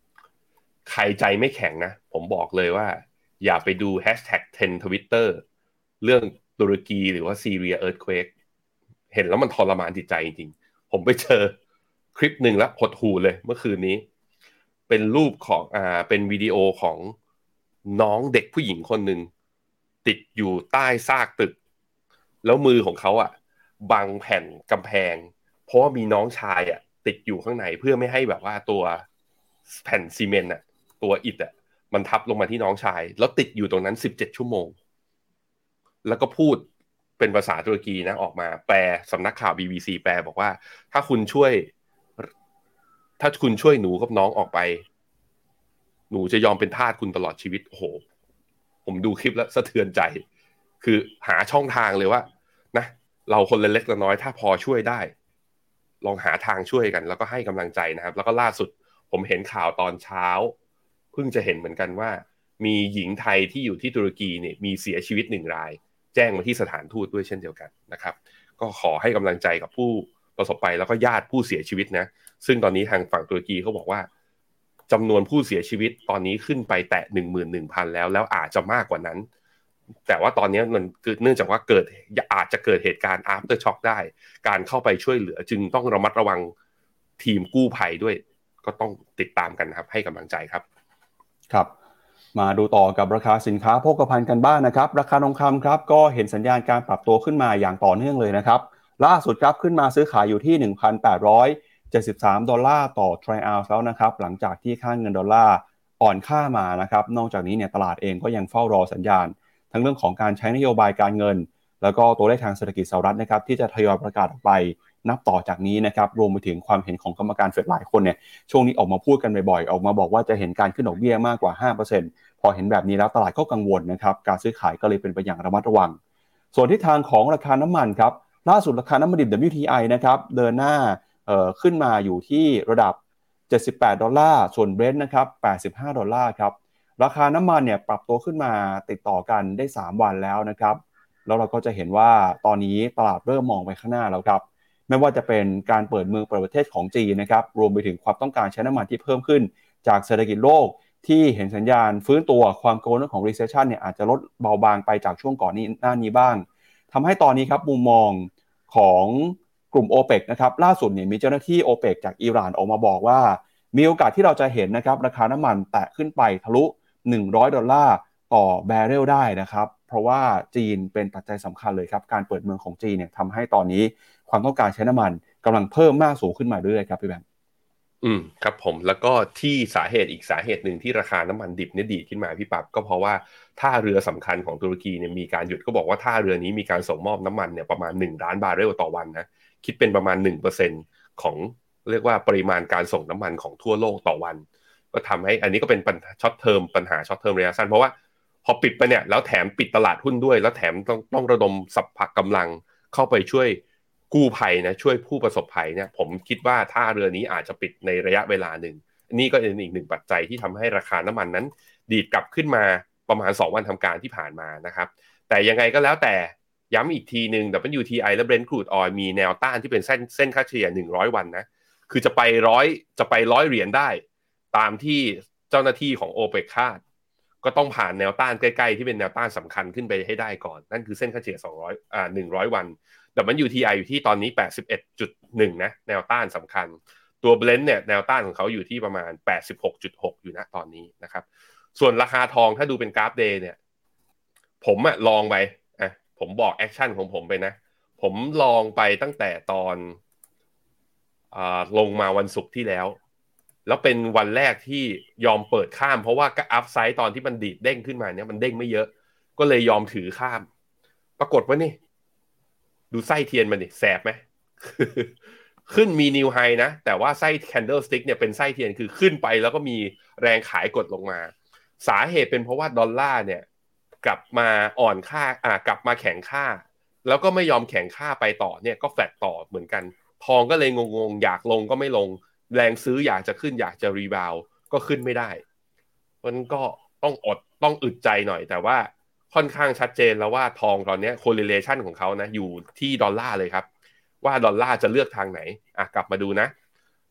ใครใจไม่แข็งนะผมบอกเลยว่าอย่าไปดูแฮชแท็กเทรนด์ Twitter เรื่องตุรกีหรือว่าซีเรียเอิร์ธเควคเห็นแล้วมันทรมานจิตใจจริงๆผมไปเจอคลิปหนึ่งแล้วหดหู่เลยเมื่อคืนนี้เป็นรูปของอ่าเป็นวิดีโอของน้องเด็กผู้หญิงคนหนึ่งติดอยู่ใต้ซากตึกแล้วมือของเขาอ่ะบังแผ่นกำแพงเพราะว่ามีน้องชายอ่ะติดอยู่ข้างในเพื่อไม่ให้แบบว่าตัวแผ่นซีเมนต์อ่ะตัวอิฐอ่ะมันทับลงมาที่น้องชายแล้วติดอยู่ตรงนั้นสิบเจ็ดชั่วโมงแล้วก็พูดเป็นภาษาตุรกีนะออกมาแปลสำนักข่าว บี บี ซี แปลบอกว่าถ้าคุณช่วยถ้าคุณช่วยหนูกับน้องออกไปหนูจะยอมเป็นทาสคุณตลอดชีวิตโอ้โหผมดูคลิปแล้วสะเทือนใจคือหาช่องทางเลยว่านะเราคนเล็กๆน้อยถ้าพอช่วยได้ลองหาทางช่วยกันแล้วก็ให้กำลังใจนะครับแล้วก็ล่าสุดผมเห็นข่าวตอนเช้าเพิ่งจะเห็นเหมือนกันว่ามีหญิงไทยที่อยู่ที่ตุรกีเนี่ยมีเสียชีวิตหนึ่งรายแจ้งมาที่สถานทูตด้วยเช่นเดียวกันนะครับก็ขอให้กำลังใจกับผู้ประสบภัยแล้วก็ญาติผู้เสียชีวิตนะซึ่งตอนนี้ทางฝั่งตุรกีเขาบอกว่าจำนวนผู้เสียชีวิตตอนนี้ขึ้นไปแตะ หนึ่งหมื่นหนึ่งพัน แล้วแล้วอาจจะมากกว่านั้นแต่ว่าตอนนี้มันเนื่องจากว่าเกิดอาจจะเกิดเหตุการณ์ after shock ได้การเข้าไปช่วยเหลือจึงต้องระมัดระวังทีมกู้ภัยด้วยก็ต้องติดตามกันนะครับให้กำลังใจครับครับมาดูต่อกับราคาสินค้าโภคภัณฑ์กันบ้าง นะครับราคาทองคำครับก็เห็นสัญญาณการปรับตัวขึ้นมาอย่างต่อเนื่องเลยนะครับล่าสุดครับขึ้นมาซื้อขายอยู่ที่ หนึ่งพันแปดร้อยเจ็ดสิบสาม ดอลลาร์ต่อทรัลล์แล้วนะครับหลังจากที่ค่าเงินดอลลาร์อ่อนค่ามานะครับนอกจากนี้เนี่ยตลาดเองก็ยังเฝ้ารอสัญญาณทั้งเรื่องของการใช้นโยบายการเงินแล้วก็ตัวเลขทางเศรษฐกิจสหรัฐนะครับที่จะทยอยประกาศออกไปนับต่อจากนี้นะครับรวมไปถึงความเห็นของกรรมการเฟดหลายคนเนี่ยช่วงนี้ออกมาพูดกันบ่อยๆออกมาบอกว่าจะเห็นการขึ้นดอกเบี้ยมากกว่า ห้าเปอร์เซ็นต์ พอเห็นแบบนี้แล้วตลาดก็กังวลนะครับการซื้อขายก็เลยเป็นไปอย่างระมัดระวังส่วนทิศทางของราคาน้ำมันครับล่าสุดราคาน้ำมันดิบ ดับเบิลยู ที ไอ นะครับเดินหน้าเอ่อขึ้นมาอยู่ที่ระดับเจ็ดสิบแปดดอลลาร์ส่วน Brent นะครับแปดสิบห้าดอลลาร์ครับราคาน้ำมันเนี่ยปรับตัวขึ้นมาติดต่อกันได้สามวันแล้วนะครับแล้วเราก็จะเห็นว่าตอนนี้ตลาดเริ่มมองไปข้างหน้าแล้วครับไม่ว่าจะเป็นการเปิดเมืองเปิดประเทศของจีนนะครับรวมไปถึงความต้องการใช้น้ำมันที่เพิ่มขึ้นจากเศรษฐกิจโลกที่เห็นสัญญาณฟื้นตัวความกังวลเรื่องของ recession เนี่ยอาจจะลดเบาบางไปจากช่วงก่อนนี้หน้านี้บ้างทำให้ตอนนี้ครับมุมมองของกลุ่ม โอเปก นะครับล่าสุดเนี่ยมีเจ้าหน้าที่ โอเปก จากอิหร่านออกมาบอกว่ามีโอกาสที่เราจะเห็นนะครับราคาน้ำมันแตะขึ้นไปทะลุหนึ่งร้อยดอลลาร์ต่อแบเรลได้นะครับเพราะว่าจีนเป็นปัจจัยสำคัญเลยครับการเปิดเมืองของจีนเนี่ยทำให้ตอนนี้ความต้องการใช้น้ำมันกำลังเพิ่มมากสูงขึ้นมาเรื่อยๆครับพี่แบงค์อืมครับผมแล้วก็ที่สาเหตุอีกสาเหตุหนึ่งที่ราคาน้ำมันดิบเนี่ยดีดขึ้นมาพี่ปั๊บก็เพราะว่าท่าเรือสำคัญของตุรกีเนี่ยมีการหยุดก็บอกว่าท่าเรือนี้มีการส่งมอบน้ำมันเนี่ยประมาณหนึ่งล้านบาร์เรลต่อวันนะคิดเป็นประมาณ หนึ่งเปอร์เซ็นต์ ของเรียกว่าปริมาณการส่งน้ำมันของทั่วโลกต่อวันก็ทำให้อันนี้ก็เป็นปัญหาช็อตเทอมปัญหาช็อตเทอมระยะสั้นเพราะว่าพอปิดไปเนี่ยแล้วแถมปิดตลาดหุ้นด้วยแล้วแถมต้องต้องระดมสรรพกำลังเข้าไปช่วยกู้ภัยนะช่วยผู้ประสบภัยเนี่ยผมคิดว่าท่าเรือนี้อาจจะปิดในระยะเวลาหนึ่งนี่ก็เป็นอีกหนึ่งปัจจัยที่ทำให้ราคาน้ำมันนั้นดีดกลับขึ้นมาประมาณสองวันทำการที่ผ่านมานะครับแต่ยังไงก็แล้วแต่ย้ำอีกทีนึง ดับเบิลยู ที ไอ และ Brent Crude Oil มีแนวต้านที่เป็นเส้นเส้นค่าเฉลี่ยหนึ่งร้อยวันนะคือจะไปร้อยจะไปร้อยเหรียญได้ตามที่เจ้าหน้าที่ของ โอเปก คาดก็ต้องผ่านแนวต้านใกล้ๆที่เป็นแนวต้านสำคัญขึ้นไปให้ได้ก่อนนั่นคือเส้นค่าเฉลี่ยสองร้อยอ่าหนึ่งร้อยวันดับเบิลยู ที ไอ อยู่ที่ตอนนี้ แปดสิบเอ็ดจุดหนึ่ง นะแนวต้านสำคัญตัว Blend เนี่ยแนวต้านของเขาอยู่ที่ประมาณ แปดสิบหกจุดหก อยู่นะตอนนี้นะครับส่วนราคาทองถ้าดูเป็นกราฟเดย์เนี่ยผมอะลองไปอ่ะผมบอกแอคชั่นของผมไปนะผมลองไปตั้งแต่ตอนอ่าลงมาวันศุกร์ที่แล้วแล้วเป็นวันแรกที่ยอมเปิดข้ามเพราะว่าก็อัพไซด์ตอนที่มันดีดเด้งขึ้นมาเนี่ยมันเด้งไม่เยอะก็เลยยอมถือข้ามปรากฏว่านี่ดูไส้เทียนมันดิแสบไหม ขึ้นมีนิวไฮนะแต่ว่าไส้ candlestick เนี่ยเป็นไส้เทียนคือขึ้นไปแล้วก็มีแรงขายกดลงมาสาเหตุเป็นเพราะว่าดอลลาร์เนี่ยกลับมาอ่อนค่าอ่ากลับมาแข็งค่าแล้วก็ไม่ยอมแข็งค่าไปต่อเนี่ยก็แฟลตต่อเหมือนกันทองก็เลยงงๆอยากลงก็ไม่ลงแรงซื้ออยากจะขึ้นอยากจะรีบาวก็ขึ้นไม่ได้มันก็ต้องอดต้องอึดใจหน่อยแต่ว่าค่อนข้างชัดเจนแล้วว่าทองตอนนี้ correlation ของเขานะอยู่ที่ดอลลาร์เลยครับว่าดอลลาร์จะเลือกทางไหนอ่ะกลับมาดูนะ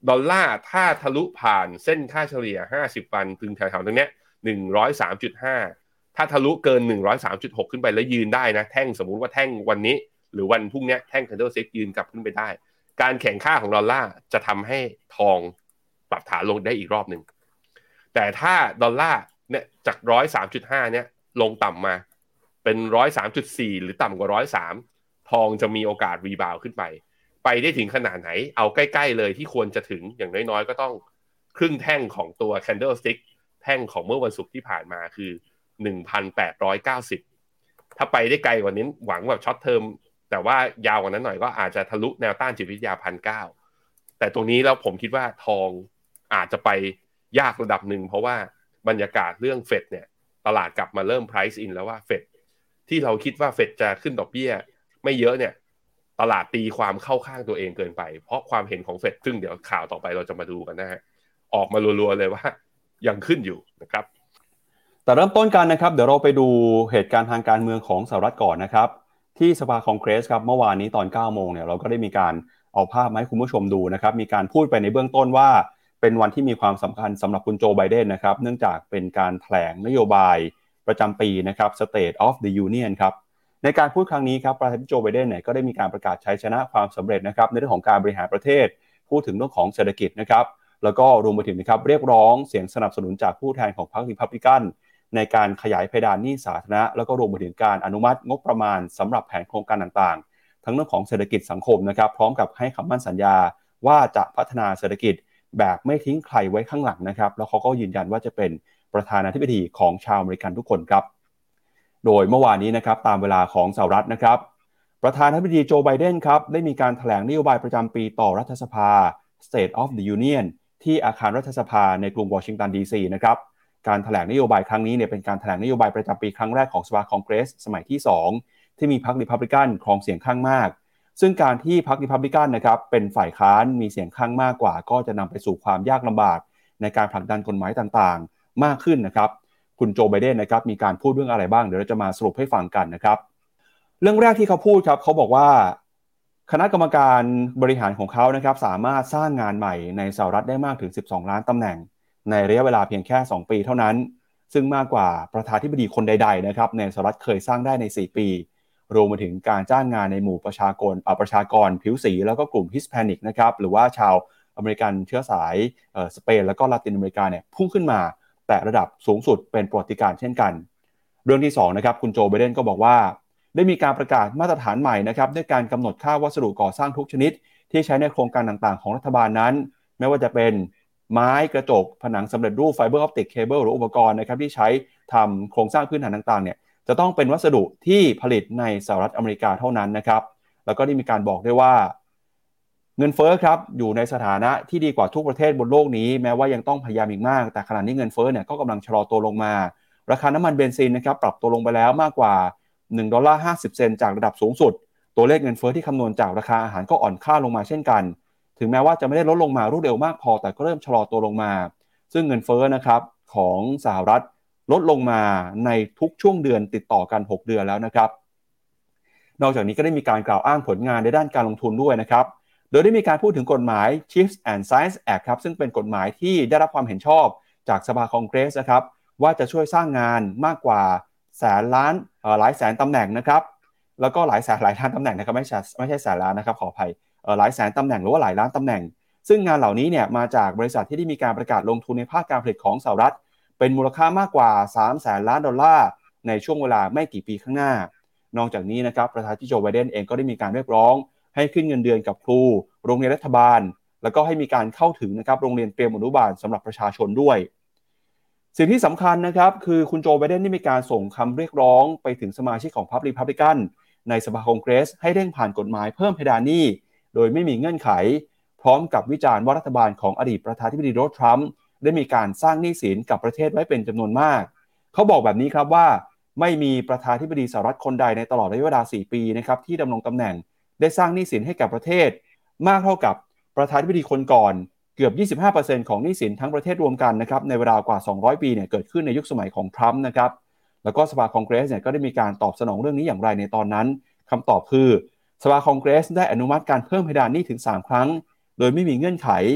ดอลลาร์ถ้าทะลุผ่านเส้นค่าเฉลี่ยห้าสิบวันถึงแถวๆตรงเนี้ย หนึ่งร้อยสามจุดห้า ถ้าทะลุเกิน หนึ่งร้อยสามจุดหก ขึ้นไปแล้วยืนได้นะแท่งสมมุติว่าแท่งวันนี้หรือวันพรุ่งนี้แท่ง candlestick ยืนกลับขึ้นไปได้การแข่งค่าของดอลลาร์จะทำให้ทองปรับฐานลงได้อีกรอบหนึ่งแต่ถ้าดอลลาร์เนี่ยจาก หนึ่งร้อยสามจุดห้า เนี่ยลงต่ำมาเป็น หนึ่งร้อยสามจุดสี่ หรือต่ำกว่าหนึ่งร้อยสามทองจะมีโอกาสรีบาวขึ้นไปไปได้ถึงขนาดไหนเอาใกล้ๆเลยที่ควรจะถึงอย่างน้อยๆก็ต้องครึ่งแท่งของตัว candlestick แท่งของเมื่อวันศุกร์ที่ผ่านมาคือ หนึ่งพันแปดร้อยเก้าสิบ ถ้าไปได้ไกลกว่านี้หวังแบบช็อตเทอมแต่ว่ายาวกว่านั้นหน่อยก็อาจจะทะลุแนวต้านจิตวิทยา หนึ่งพันเก้าร้อย แต่ตรงนี้แล้วผมคิดว่าทองอาจจะไปยากระดับหนึ่งเพราะว่าบรรยากาศเรื่องเฟดเนี่ยตลาดกลับมาเริ่ม price in แล้วว่าเฟดที่เราคิดว่าเฟดจะขึ้นดอกเบี้ยไม่เยอะเนี่ยตลาดตีความเข้าข้างตัวเองเกินไปเพราะความเห็นของเฟดซึ่งเดี๋ยวข่าวต่อไปเราจะมาดูกันนะฮะออกมารัวๆเลยว่ายังขึ้นอยู่นะครับแต่เริ่มต้นกันนะครับเดี๋ยวเราไปดูเหตุการณ์ทางการเมืองของสหรัฐก่อนนะครับที่สภาคองเกรสครับเมื่อวานนี้ตอน เก้าโมงเนี่ยเราก็ได้มีการเอาภาพมาให้คุณผู้ชมดูนะครับมีการพูดไปในเบื้องต้นว่าเป็นวันที่มีความสำคัญสำหรับคุณโจไบเดนนะครับเนื่องจากเป็นการแถลงนโยบายประจำปีนะครับ State of the Union ครับในการพูดครั้งนี้ครับประธานาธิบดีโจไบเดนเนี่ยก็ได้มีการประกาศชัยชนะความสำเร็จนะครับในเรื่องของการบริหารประเทศพูดถึงเรื่องของเศรษฐกิจนะครับแล้วก็รวมไปถึงนะครับเรียกร้องเสียงสนับสนุนจากผู้แทนของพรรครีพับลิกันในการขยายเพดานหนี้สาธารณะแล้วก็รวมไปถึงการอนุมัติงบประมาณสำหรับแผนโครงการต่างๆทั้งเรื่องของเศรษฐกิจสังคมนะครับพร้อมกับให้คำมั่นสัญญาว่าจะพัฒนาเศรษฐกิจแบบไม่ทิ้งใครไว้ข้างหลังนะครับแล้วเขาก็ยืนยันว่าจะเป็นประธานาธิบดีของชาวอเมริกันทุกคนครับโดยเมื่อวานนี้นะครับตามเวลาของสหรัฐนะครับประธานาธิบดีโจไบเดนครับได้มีการแถลงนโยบายประจำปีต่อรัฐสภา State of the Union ที่อาคารรัฐสภาในกรุงวอชิงตันดีซีนะครับการแถลงนโยบายครั้งนี้เนี่ยเป็นการแถลงนโยบายประจำปีครั้งแรกของสภาคองเกรสสมัยที่สองที่มีพรรครีพับลิกันครองเสียงข้างมากซึ่งการที่พรรครีพับลิกันนะครับเป็นฝ่ายค้านมีเสียงข้างมากกว่าก็จะนำไปสู่ความยากลำบากในการผลักดันกฎหมายต่างๆมากขึ้นนะครับคุณโจไบเดนนะครับมีการพูดเรื่องอะไรบ้างเดี๋ยวเราจะมาสรุปให้ฟังกันนะครับเรื่องแรกที่เขาพูดครับเขาบอกว่าคณะกรรมการบริหารของเขานะครับสามารถสร้างงานใหม่ในสหรัฐได้มากถึงสิบสองล้านตำแหน่งในระยะเวลาเพียงแค่สองปีเท่านั้นซึ่งมากกว่าประธานาธิบดีคนใดๆนะครับในสหรัฐเคยสร้างได้ในสี่ปีรวมไปถึงการจ้างงานในหมู่ประชากรประชากรผิวสีแล้วก็กลุ่มฮิสแพนิกนะครับหรือว่าชาวอเมริกันเชื้อสายสเปนแล้วก็ลาตินอเมริกาเนี่ยพุ่งขึ้นมาแต่ระดับสูงสุดเป็นประวัติการณ์เช่นกันเรื่องที่สองนะครับคุณโจไบเดนก็บอกว่าได้มีการประกาศมาตรฐานใหม่นะครับด้วยการกำหนดค่าวัสดุก่อสร้างทุกชนิดที่ใช้ในโครงการต่างๆของรัฐบาลนั้นไม่ว่าจะเป็นไม้กระจกผนังสำเร็จรูปไฟเบอร์ออปติกเคเบิลหรืออุปกรณ์นะครับที่ใช้ทำโครงสร้างพื้นฐานต่างๆเนี่ยจะต้องเป็นวัสดุที่ผลิตในสหรัฐอเมริกาเท่านั้นนะครับแล้วก็ได้มีการบอกด้วยว่าเงินเฟ้อครับอยู่ในสถานะที่ดีกว่าทุกประเทศบนโลกนี้แม้ว่ายังต้องพยายามอีกมากแต่ขณะนี้เงินเฟ้อเนี่ยก็กำลังชะลอตัวลงมาราคาน้ำมันเบนซินนะครับปรับตัวลงไปแล้วมากกว่าหนึ่งดอลลาร์ห้าสิบเซนต์จากระดับสูงสุดตัวเลขเงินเฟ้อที่คำนวณจากราคาอาหารก็อ่อนค่าลงมาเช่นกันถึงแม้ว่าจะไม่ได้ลดลงมารวดเร็วมากพอแต่ก็เริ่มชะลอตัวลงมาซึ่งเงินเฟ้อนะครับของสหรัฐลดลงมาในทุกช่วงเดือนติดต่อกันหกเดือนแล้วนะครับนอกจากนี้ก็ได้มีการกล่าวอ้างผลงานในด้านการลงทุนด้วยนะครับโดยได้มีการพูดถึงกฎหมาย Chips and Science Act ครับซึ่งเป็นกฎหมายที่ได้รับความเห็นชอบจากสภาคองเกรสนะครับว่าจะช่วยสร้างงานมากกว่าแสนล้านหลายแสนตำแหน่งนะครับแล้วก็หลายแสนหลายล้านตำแหน่งนะครับไม่ใช่ไม่ใช่แสนล้านนะครับขออภัยหลายแสนตำแหน่งหรือว่าหลายล้านตำแหน่งซึ่งงานเหล่านี้เนี่ยมาจากบริษัทที่ได้มีการประกาศลงทุนในภาคการผลิตของสหรัฐเป็นมูลค่ามากกว่าสามแสนล้านดอลลาร์ในช่วงเวลาไม่กี่ปีข้างหน้านอกจากนี้นะครับประธานาธิบดีโจไบเดนเองก็ได้มีการเรียกร้องให้ขึ้นเงินเดือนกับครูโรงเรียนรัฐบาลแล้วก็ให้มีการเข้าถึงนะครับโรงเรียนเตรียมอนุบาลสำหรับประชาชนด้วยสิ่งที่สำคัญนะครับคือคุณโจไบเดนได้มีการส่งคำเรียกร้องไปถึงสมาชิกของพรรครีพับลิกันในสภาคองเกรสให้เร่งผ่านกฎหมายเพิ่มเพดานหนี้โดยไม่มีเงื่อนไขพร้อมกับวิจารณ์ว่ารัฐบาลของอดีตประธานาธิบดีโดนัลด์ทรัมป์ได้มีการสร้างหนี้สินกับประเทศไว้เป็นจำนวนมากเขาบอกแบบนี้ครับว่าไม่มีประธานาธิบดีสหรัฐคนใดในตลอดระยะเวลาสี่ปีนะครับที่ดำรงตำแหน่งได้สร้างหนี้สินให้กับประเทศมากเท่ากับประธานาธิบดีคนก่อนเกือบ ยี่สิบห้าเปอร์เซ็นต์ ของหนี้สินทั้งประเทศรวมกันนะครับในเวลากว่าสองร้อยปีเนี่ยเกิดขึ้นในยุคสมัยของทรัมป์นะครับแล้วก็สภาคองเกรสเนี่ยก็ได้มีการตอบสนองเรื่องนี้อย่างไรในตอนนั้นคำตอบคือสภาคองเกรสได้อนุมัติการเพิ่มเพดานหนี้ถึงสามครั้งโดยไม่มีเงื่อนไขพ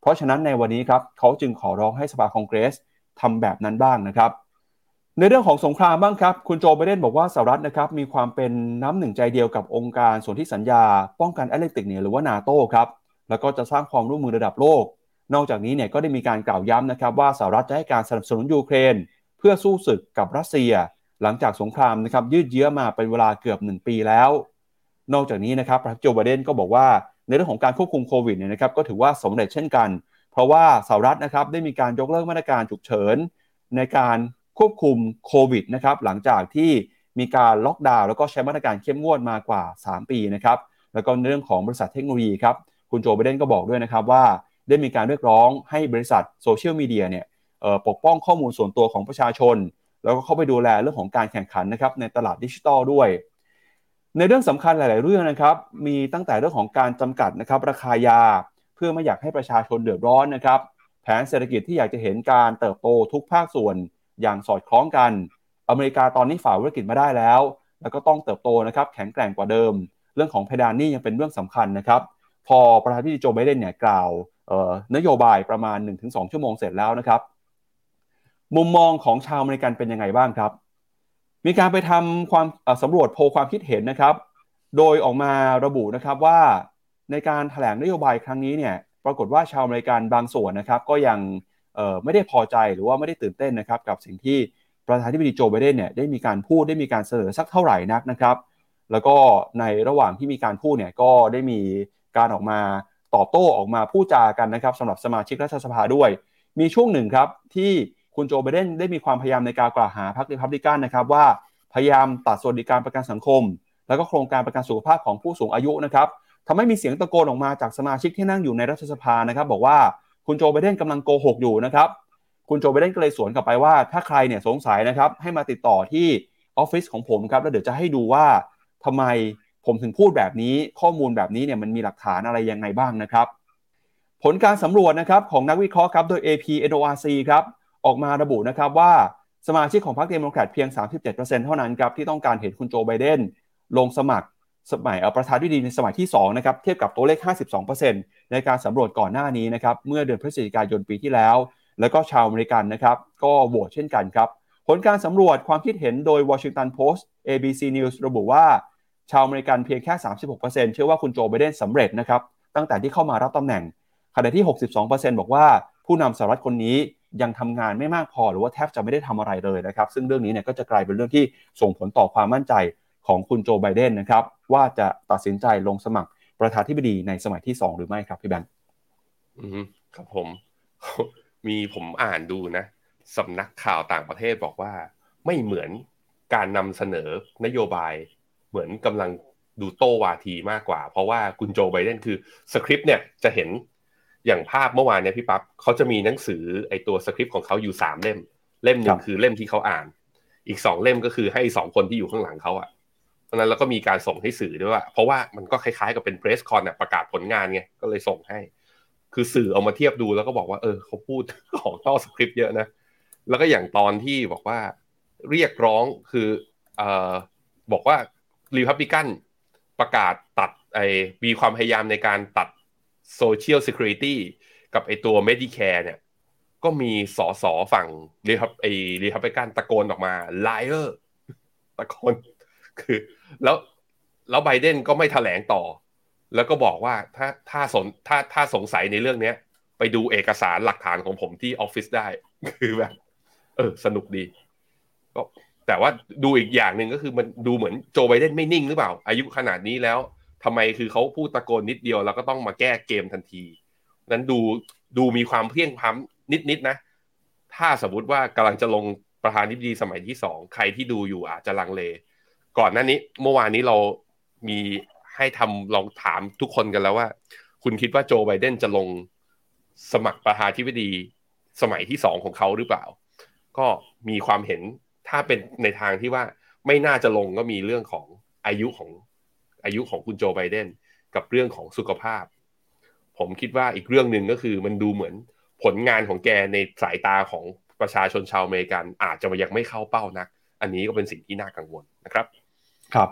ราะฉะนั้นในวันนี้ครับเขาจึงขอร้องให้สภาคองเกรสทำแบบนั้นบ้างนะครับในเรื่องของสงครามบ้างครับคุณโจไบเดนบอกว่าสหรัฐนะครับมีความเป็นน้ำหนึ่งใจเดียวกับองค์การสนธิสัญญาป้องกันแอตแลนติกเหนือหรือว่า NATO ครับแล้วก็จะสร้างความร่วมมือระดับโลกนอกจากนี้เนี่ยก็ได้มีการกล่าวย้ำนะครับว่าสหรัฐจะให้การสนับสนุนยูเครนเพื่อสู้ศึกกับรัสเซียหลังจากสงครามนะครับยืดเยื้อมาเป็นเวลาเกือบหนึ่งปีแล้วนอกจากนี้นะครับประธานาธิบดีโจไบเดนก็บอกว่าในเรื่องของการควบคุมโควิดเนี่ยนะครับก็ถือว่าสำเร็จเช่นกันเพราะว่าสหรัฐนะครับได้มีการยกเลิกมาตรการฉุกเฉินในการควบคุมโควิดนะครับหลังจากที่มีการล็อกดาวน์แล้วก็ใช้มาตรการเข้มงวดมากว่าสามปีนะครับแล้วก็ในเรื่องของบริษัทเทคโนโลยีครับคุณโจไบเดนก็บอกด้วยนะครับว่าได้มีการเรียกร้องให้บริษัทโซเชียลมีเดียเนี่ยปกป้องข้อมูลส่วนตัวของประชาชนแล้วก็เข้าไปดูแลเรื่องของการแข่งขันนะครับในตลาดดิจิทัลด้วยในเรื่องสำคัญหลายๆเรื่องนะครับมีตั้งแต่เรื่องของการจำกัดนะครับราคายาเพื่อไม่อยากให้ประชาชนเดือดร้อนนะครับแผนเศรษฐกิจที่อยากจะเห็นการเติบโตทุกภาคส่วนอย่างสอดคล้องกันอเมริกาตอนนี้ฝ่าวิกฤตมาได้แล้วแล้วก็ต้องเติบโตนะครับแข็งแกร่งกว่าเดิมเรื่องของเพดานหนี้ยังเป็นเรื่องสำคัญนะครับพอประธานาธิบดีโจไบเดนเนี่ยกล่าวนโยบายประมาณ หนึ่งถึงสอง ชั่วโมงเสร็จแล้วนะครับมุมมองของชาวอเมริกันเป็นยังไงบ้างครับมีการไปทำความสำรวจโพลความคิดเห็นนะครับโดยออกมาระบุนะครับว่าในการแถลงนโยบายครั้งนี้เนี่ยปรากฏว่าชาวอเมริกันบางส่วนนะครับก็ยังไม่ได้พอใจหรือว่าไม่ได้ตื่นเต้นนะครับกับสิ่งที่ประธานาธิบดีโจไบเดนเนี่ยได้มีการพูดได้มีการเสนอสักเท่าไหร่นักนะครับแล้วก็ในระหว่างที่มีการพูดเนี่ยก็ได้มีการออกมาตอบโต้ออกมาพูดจากันนะครับสำหรับสมาชิกรัฐสภาด้วยมีช่วงหนึ่งครับที่คุณโจไบเดนได้มีความพยายามในการกล่าวหาพรรครีพับลิกันนะครับว่าพยายามตัดสวัสดิการประกันสังคมแล้วก็โครงการประกันสุขภาพของผู้สูงอายุนะครับทำให้มีเสียงตะโกนออกมาจากสมาชิกที่นั่งอยู่ในรัฐสภานะครับบอกว่าคุณโจไบเดนกำลังโกหกอยู่นะครับคุณโจไบเดนก็เลยสวนกลับไปว่าถ้าใครเนี่ยสงสัยนะครับให้มาติดต่อที่ออฟฟิศของผมครับแล้วเดี๋ยวจะให้ดูว่าทำไมผมถึงพูดแบบนี้ข้อมูลแบบนี้เนี่ยมันมีหลักฐานอะไรยังไงบ้างนะครับผลการสำรวจนะครับของนักวิเคราะห์ครับโดย เอ พี เอ็น โอ อาร์ ซี ครับออกมาระบุนะครับว่าสมาชิกของพรรคเดโมแครตเพียง สามสิบเจ็ดเปอร์เซ็นต์ เท่านั้นครับที่ต้องการเห็นคุณโจไบเดนลงสมัครสมัยประธานาธิบดีในสมัยที่สองนะครับเทียบกับตัวเลข ห้าสิบสองเปอร์เซ็นต์ ในการสำรวจก่อนหน้านี้นะครับเมื่อเดือนพฤศจิกายนปีที่แล้วแล้วก็ชาวอเมริกันนะครับก็โหวตเช่นกันครับผลการสำรวจความคิดเห็นโดย Washington Post เอ บี ซี News ระบุว่าชาวอเมริกันเพียงแค่ สามสิบหกเปอร์เซ็นต์ เชื่อว่าคุณโจไบเดนสำเร็จนะครับตั้งแต่ที่เข้ามารับตำแหน่งขณะที่ หกสิบสองเปอร์เซ็นต์ บอกว่าผู้นำสหรัฐคนนี้ยังทำงานไม่มากพอหรือว่าแทบจะไม่ได้ทำอะไรเลยนะครับซึ่งเรื่องนี้เนี่ยก็จะกลายเป็นเรื่องที่ส่งผลต่อความมั่นใจของคุณโจไบเดนนะครับว่าจะตัดสินใจลงสมัครประธานาธิบดีในสมัยที่สองหรือไม่ครับพี่แบงค์อืมครับผม มีผมอ่านดูนะสำนักข่าวต่างประเทศบอกว่าไม่เหมือนการนำเสนอนโยบายเหมือนกำลังดูโต้วาทีมากกว่าเพราะว่าคุณโจไบเดนคือสคริปต์เนี่ยจะเห็นอย่างภาพเมื่อวานเนี่ยพี่ปั๊บเขาจะมีหนังสือไอตัวสคริปต์ของเขาอยู่สามเล่มเล่มหนึ่งคือเล่มที่เขาอ่านอีกสองเล่มก็คือให้สองคนที่อยู่ข้างหลังเขาอ่ะเพราะนั้นแล้วก็มีการส่งให้สื่อด้วยว่าเพราะว่ามันก็คล้ายๆกับเป็นเพรสคอนน่ะประกาศผลงานไงก็เลยส่งให้คือสื่อเอามาเทียบดูแล้วก็บอกว่าเออเขาพูดของต่อสคริปต์เยอะนะแล้วก็อย่างตอนที่บอกว่าเรียกร้องคือเอ่อบอกว่ารีพับลิกันประกาศตัดไอ้มีความพยายามในการตัด Social Security กับไอ้ตัว Medicare เนี่ยก็มีสสฝั่งรีพับไอ้รีพับลิกันตะโกนออกมา liar ตะโกนคือแล้วแล้วไบเดนก็ไม่แถลงต่อแล้วก็บอกว่าถ้าถ้าสนถ้าถ้าสงสัยในเรื่องนี้ไปดูเอกสารหลักฐานของผมที่ออฟฟิศได้คือแบบเออสนุกดีก็แต่ว่าดูอีกอย่างหนึ่งก็คือมันดูเหมือนโจไบเดนไม่นิ่งหรือเปล่าอายุขนาดนี้แล้วทำไมคือเขาพูดตะโกนนิดเดียวแล้วก็ต้องมาแก้เกมทันทีนั้นดูดูมีความเพลียงพล้ำนิดๆนะถ้าสมมติว่ากำลังจะลงประธานาธิบดีสมัยที่สองใครที่ดูอยู่อาจจะลังเลก่อนหน้านี้เมื่อวานนี้เรามีให้ทำลองถามทุกคนกันแล้วว่าคุณคิดว่าโจไบเดนจะลงสมัครประธานาธิบดีสมัยที่สองของเขาหรือเปล่าก็มีความเห็นถ้าเป็นในทางที่ว่าไม่น่าจะลงก็มีเรื่องของอายุของอายุของคุณโจไบเดนกับเรื่องของสุขภาพผมคิดว่าอีกเรื่องหนึ่งก็คือมันดูเหมือนผลงานของแกในสายตาของประชาชนชาวอเมริกันอาจจะยังไม่เข้าเป้านักอันนี้ก็เป็นสิ่งที่น่ากังวลนะครับครับ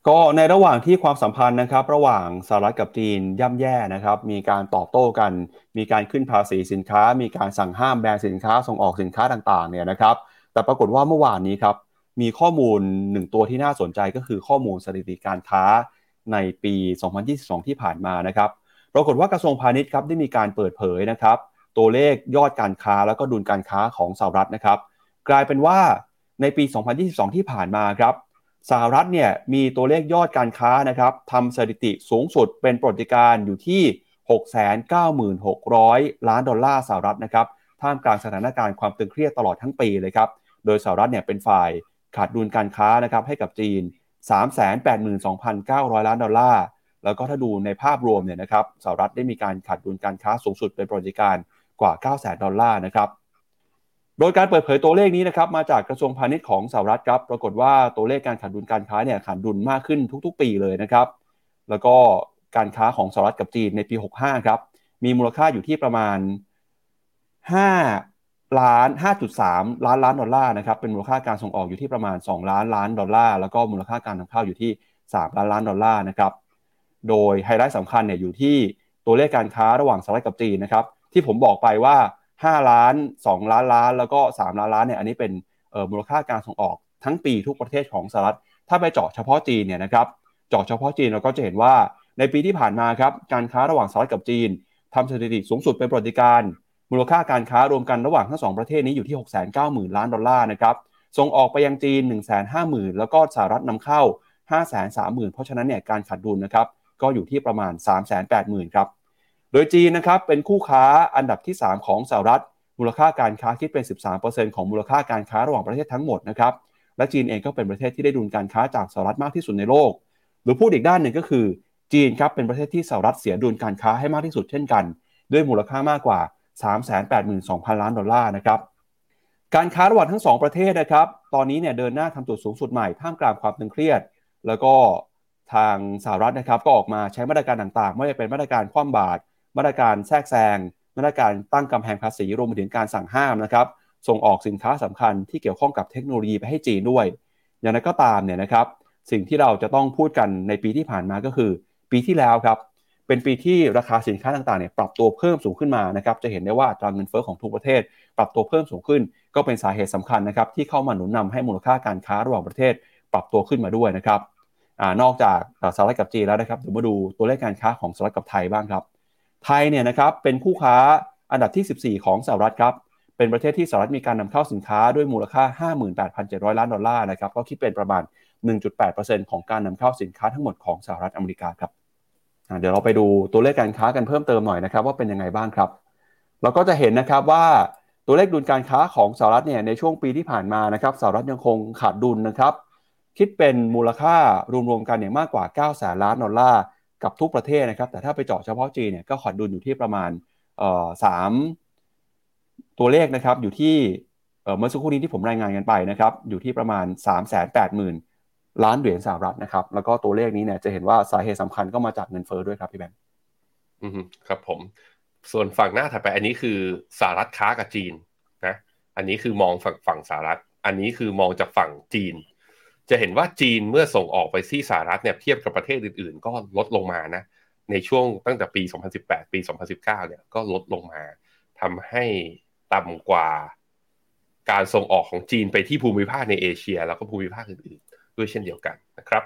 ก็ในระหว่างที่ความสัมพันธ์นะครับระหว่างสหรัฐกับจีนย่ำแย่นะครับมีการตอบโต้กันมีการขึ้นภาษีสินค้ามีการสั่งห้ามแบนสินค้าส่งออกสินค้าต่างๆเนี่ยนะครับแต่ปรากฏว่าเมื่อวานนี้ครับมีข้อมูลหนึ่งตัวที่น่าสนใจก็คือข้อมูลสถิติการค้าในปี สองพันยี่สิบสอง ที่ผ่านมานะครับปรากฏว่ากระทรวงพาณิชย์ครับได้มีการเปิดเผยนะครับตัวเลขยอดการค้าแล้วก็ดุลการค้าของสหรัฐนะครับกลายเป็นว่าในปี สองพันยี่สิบสอง ที่ผ่านมาครับสหรัฐเนี่ยมีตัวเลขยอดการค้านะครับทำสถิติสูงสุดเป็นประวัติการณ์อยู่ที่ หกแสนเก้าหมื่นหกพัน ล้านดอลลาร์สหรัฐนะครับท่ามกลางสถานการณ์ความตึงเครียดตลอดทั้งปีเลยครับโดยสหรัฐเนี่ยเป็นฝ่ายขาดดุลการค้านะครับให้กับจีน สามแสนแปดหมื่นสองพันเก้าร้อย ล้านดอลลาร์แล้วก็ถ้าดูในภาพรวมเนี่ยนะครับสหรัฐได้มีการขาดดุลการค้าสูงสุดเป็นประวัติการณ์กว่า เก้าแสน ดอลลาร์นะครับโดยการเปิดเผยตัวเลขนี้นะครับมาจากกระทรวงพาณิชย์ของสหรัฐครับปรากฏว่าตัวเลขการขาดดุลการค้าเนี่ยขาดดุลมากขึ้นทุกๆปีเลยนะครับแล้วก็การค้าของสหรัฐกับจีนในปีหกสิบห้าครับมีมูลค่าอยู่ที่ประมาณห้าล้าน ห้าจุดสาม ล้านล้านดอลลาร์นะครับเป็นมูลค่าการส่งออกอยู่ที่ประมาณสองล้านล้านดอลลาร์แล้วก็มูลค่าการนำเข้าอยู่ที่สามล้านล้านดอลลาร์นะครับโดยไฮไลท์สำคัญเนี่ยอยู่ที่ตัวเลขการค้าระหว่างสหรัฐกับจีนนะครับที่ผมบอกไปว่าห้าล้านสองล้านล้านแล้วก็สามล้านล้านเนี่ยอันนี้เป็นเอ่อมูลค่าการส่งออกทั้งปีทุกประเทศของสหรัฐถ้าไปเจาะเฉพาะจีนเนี่ยนะครับเจาะเฉพาะจีนเราก็จะเห็นว่าในปีที่ผ่านมาครับการค้าระหว่างสหรัฐกับจีนทำสถิติสูงสุดเป็นประวัติการณ์มูลค่าการค้ารวมกันระหว่างทั้งสองประเทศนี้อยู่ที่ หกแสนเก้าหมื่น ล้านดอลลาร์นะครับส่งออกไปยังจีน หนึ่งแสนห้าหมื่น แล้วก็สหรัฐนำเข้า ห้าแสนสามหมื่น เพราะฉะนั้นเนี่ยการขาดดุลนะครับก็อยู่ที่ประมาณ สามแสนแปดหมื่น ครับโดยจีนนะครับเป็นคู่ค้าอันดับที่สามของสหรัฐมูลค่าการค้าคิดเป็น สิบสามเปอร์เซ็นต์ ของมูลค่าการค้าระหว่างประเทศทั้งหมดนะครับและจีนเองก็เป็นประเทศที่ได้ดุลการค้าจากสหรัฐมากที่สุดในโลกหรือพูดอีกด้านหนึ่งก็คือจีนครับเป็นประเทศที่สหรัฐเสียดุลการค้าให้มากที่สุดเช่นกันด้วยมูลค่ามากกว่า สามแสนแปดหมื่นสองพัน ล้านดอลลาร์นะครับการค้าระหว่างทั้งสองประเทศนะครับตอนนี้เนี่ยเดินหน้าทำจุดสูงสุดใหม่ท่ามกลางความตึงเครียดแล้วก็ทางสหรัฐนะครับก็ออกมาใช้มาตรการต่างๆไม่ว่าจะเป็นมาตรการคว่ำบาตรมาตรการแทรกแซงมาตรการตั้งกำแพงภาษีรวมไปถึงการสั่งห้ามนะครับส่งออกสินค้าสำคัญที่เกี่ยวข้องกับเทคโนโลยีไปให้จีนด้วยอย่างไรก็ตามเนี่ยนะครับสิ่งที่เราจะต้องพูดกันในปีที่ผ่านมาก็คือปีที่แล้วครับเป็นปีที่ราคาสินค้าต่างๆเนี่ยปรับตัวเพิ่มสูงขึ้นมานะครับจะเห็นได้ว่าอัตราเงินเฟ้อของทุกประเทศปรับตัวเพิ่มสูงขึ้นก็เป็นสาเหตุสำคัญนะครับที่เข้ามาหนุนนำให้มูลค่าการค้าระหว่างประเทศปรับตัวขึ้นมาด้วยนะครับอ่านอกจากสหรัฐกับจีนแล้วนะครับเดี๋ยวมาดูตัวเลขการค้าของสหรัฐกับไทยบ้างครับไทยเนี่ยนะครับเป็นคู่ค้าอันดับที่สิบสี่ของสหรัฐครับเป็นประเทศที่สหรัฐมีการนำเข้าสินค้าด้วยมูลค่า ห้าหมื่นแปดพันเจ็ดร้อย ล้านดอลลาร์นะครับก็คิดเป็นประมาณ หนึ่งจุดแปดเปอร์เซ็นต์ ของการนำเข้าสินค้าทั้งหมดของสหรัฐอเมริกาครับเดี๋ยวเราไปดูตัวเลขการค้ากันเพิ่มเติมหน่อยนะครับว่าเป็นยังไงบ้างครับเราก็จะเห็นนะครับว่าตัวเลขดุลการค้าของสหรัฐเนี่ยในช่วงปีที่ผ่านมานะครับสหรัฐยังคงขาดดุลนะครับคิดเป็นมูลค่ารวมๆกันเนี่ยมากกว่าเก้าแสนล้านดอลลาร์กับทุกประเทศนะครับแต่ถ้าไปเจาะเฉพาะจีนเนี่ยก็ขาดดุลอยู่ที่ประมาณเอ่อสามตัวเลขนะครับอยู่ที่เอ่อเมื่อสักครู่นี้ที่ผมรายงานกันไปนะครับอยู่ที่ประมาณ สามแสนแปดหมื่น ล้านเหรียญสหรัฐนะครับแล้วก็ตัวเลขนี้เนี่ยจะเห็นว่าสาเหตุสำคัญก็มาจากเงินเฟ้อด้วยครับพี่แบงค์อืมครับผมส่วนฝั่งหน้าถัดไปอันนี้คือสหรัฐค้ากับจีนนะอันนี้คือมองฝั่งฝั่งสหรัฐอันนี้คือมองจากฝั่งจีนจะเห็นว่าจีนเมื่อส่งออกไปที่สหรัฐเนี่ยเทียบกับประเทศอื่นๆก็ลดลงมานะในช่วงตั้งแต่ปีสองพันสิบแปดปีสองพันสิบเก้าเนี่ยก็ลดลงมาทำให้ต่ำกว่าการส่งออกของจีนไปที่ภูมิภาคในเอเชียแล้วก็ภูมิภาคอื่นๆด้วยเช่นเดียวกันนะครับ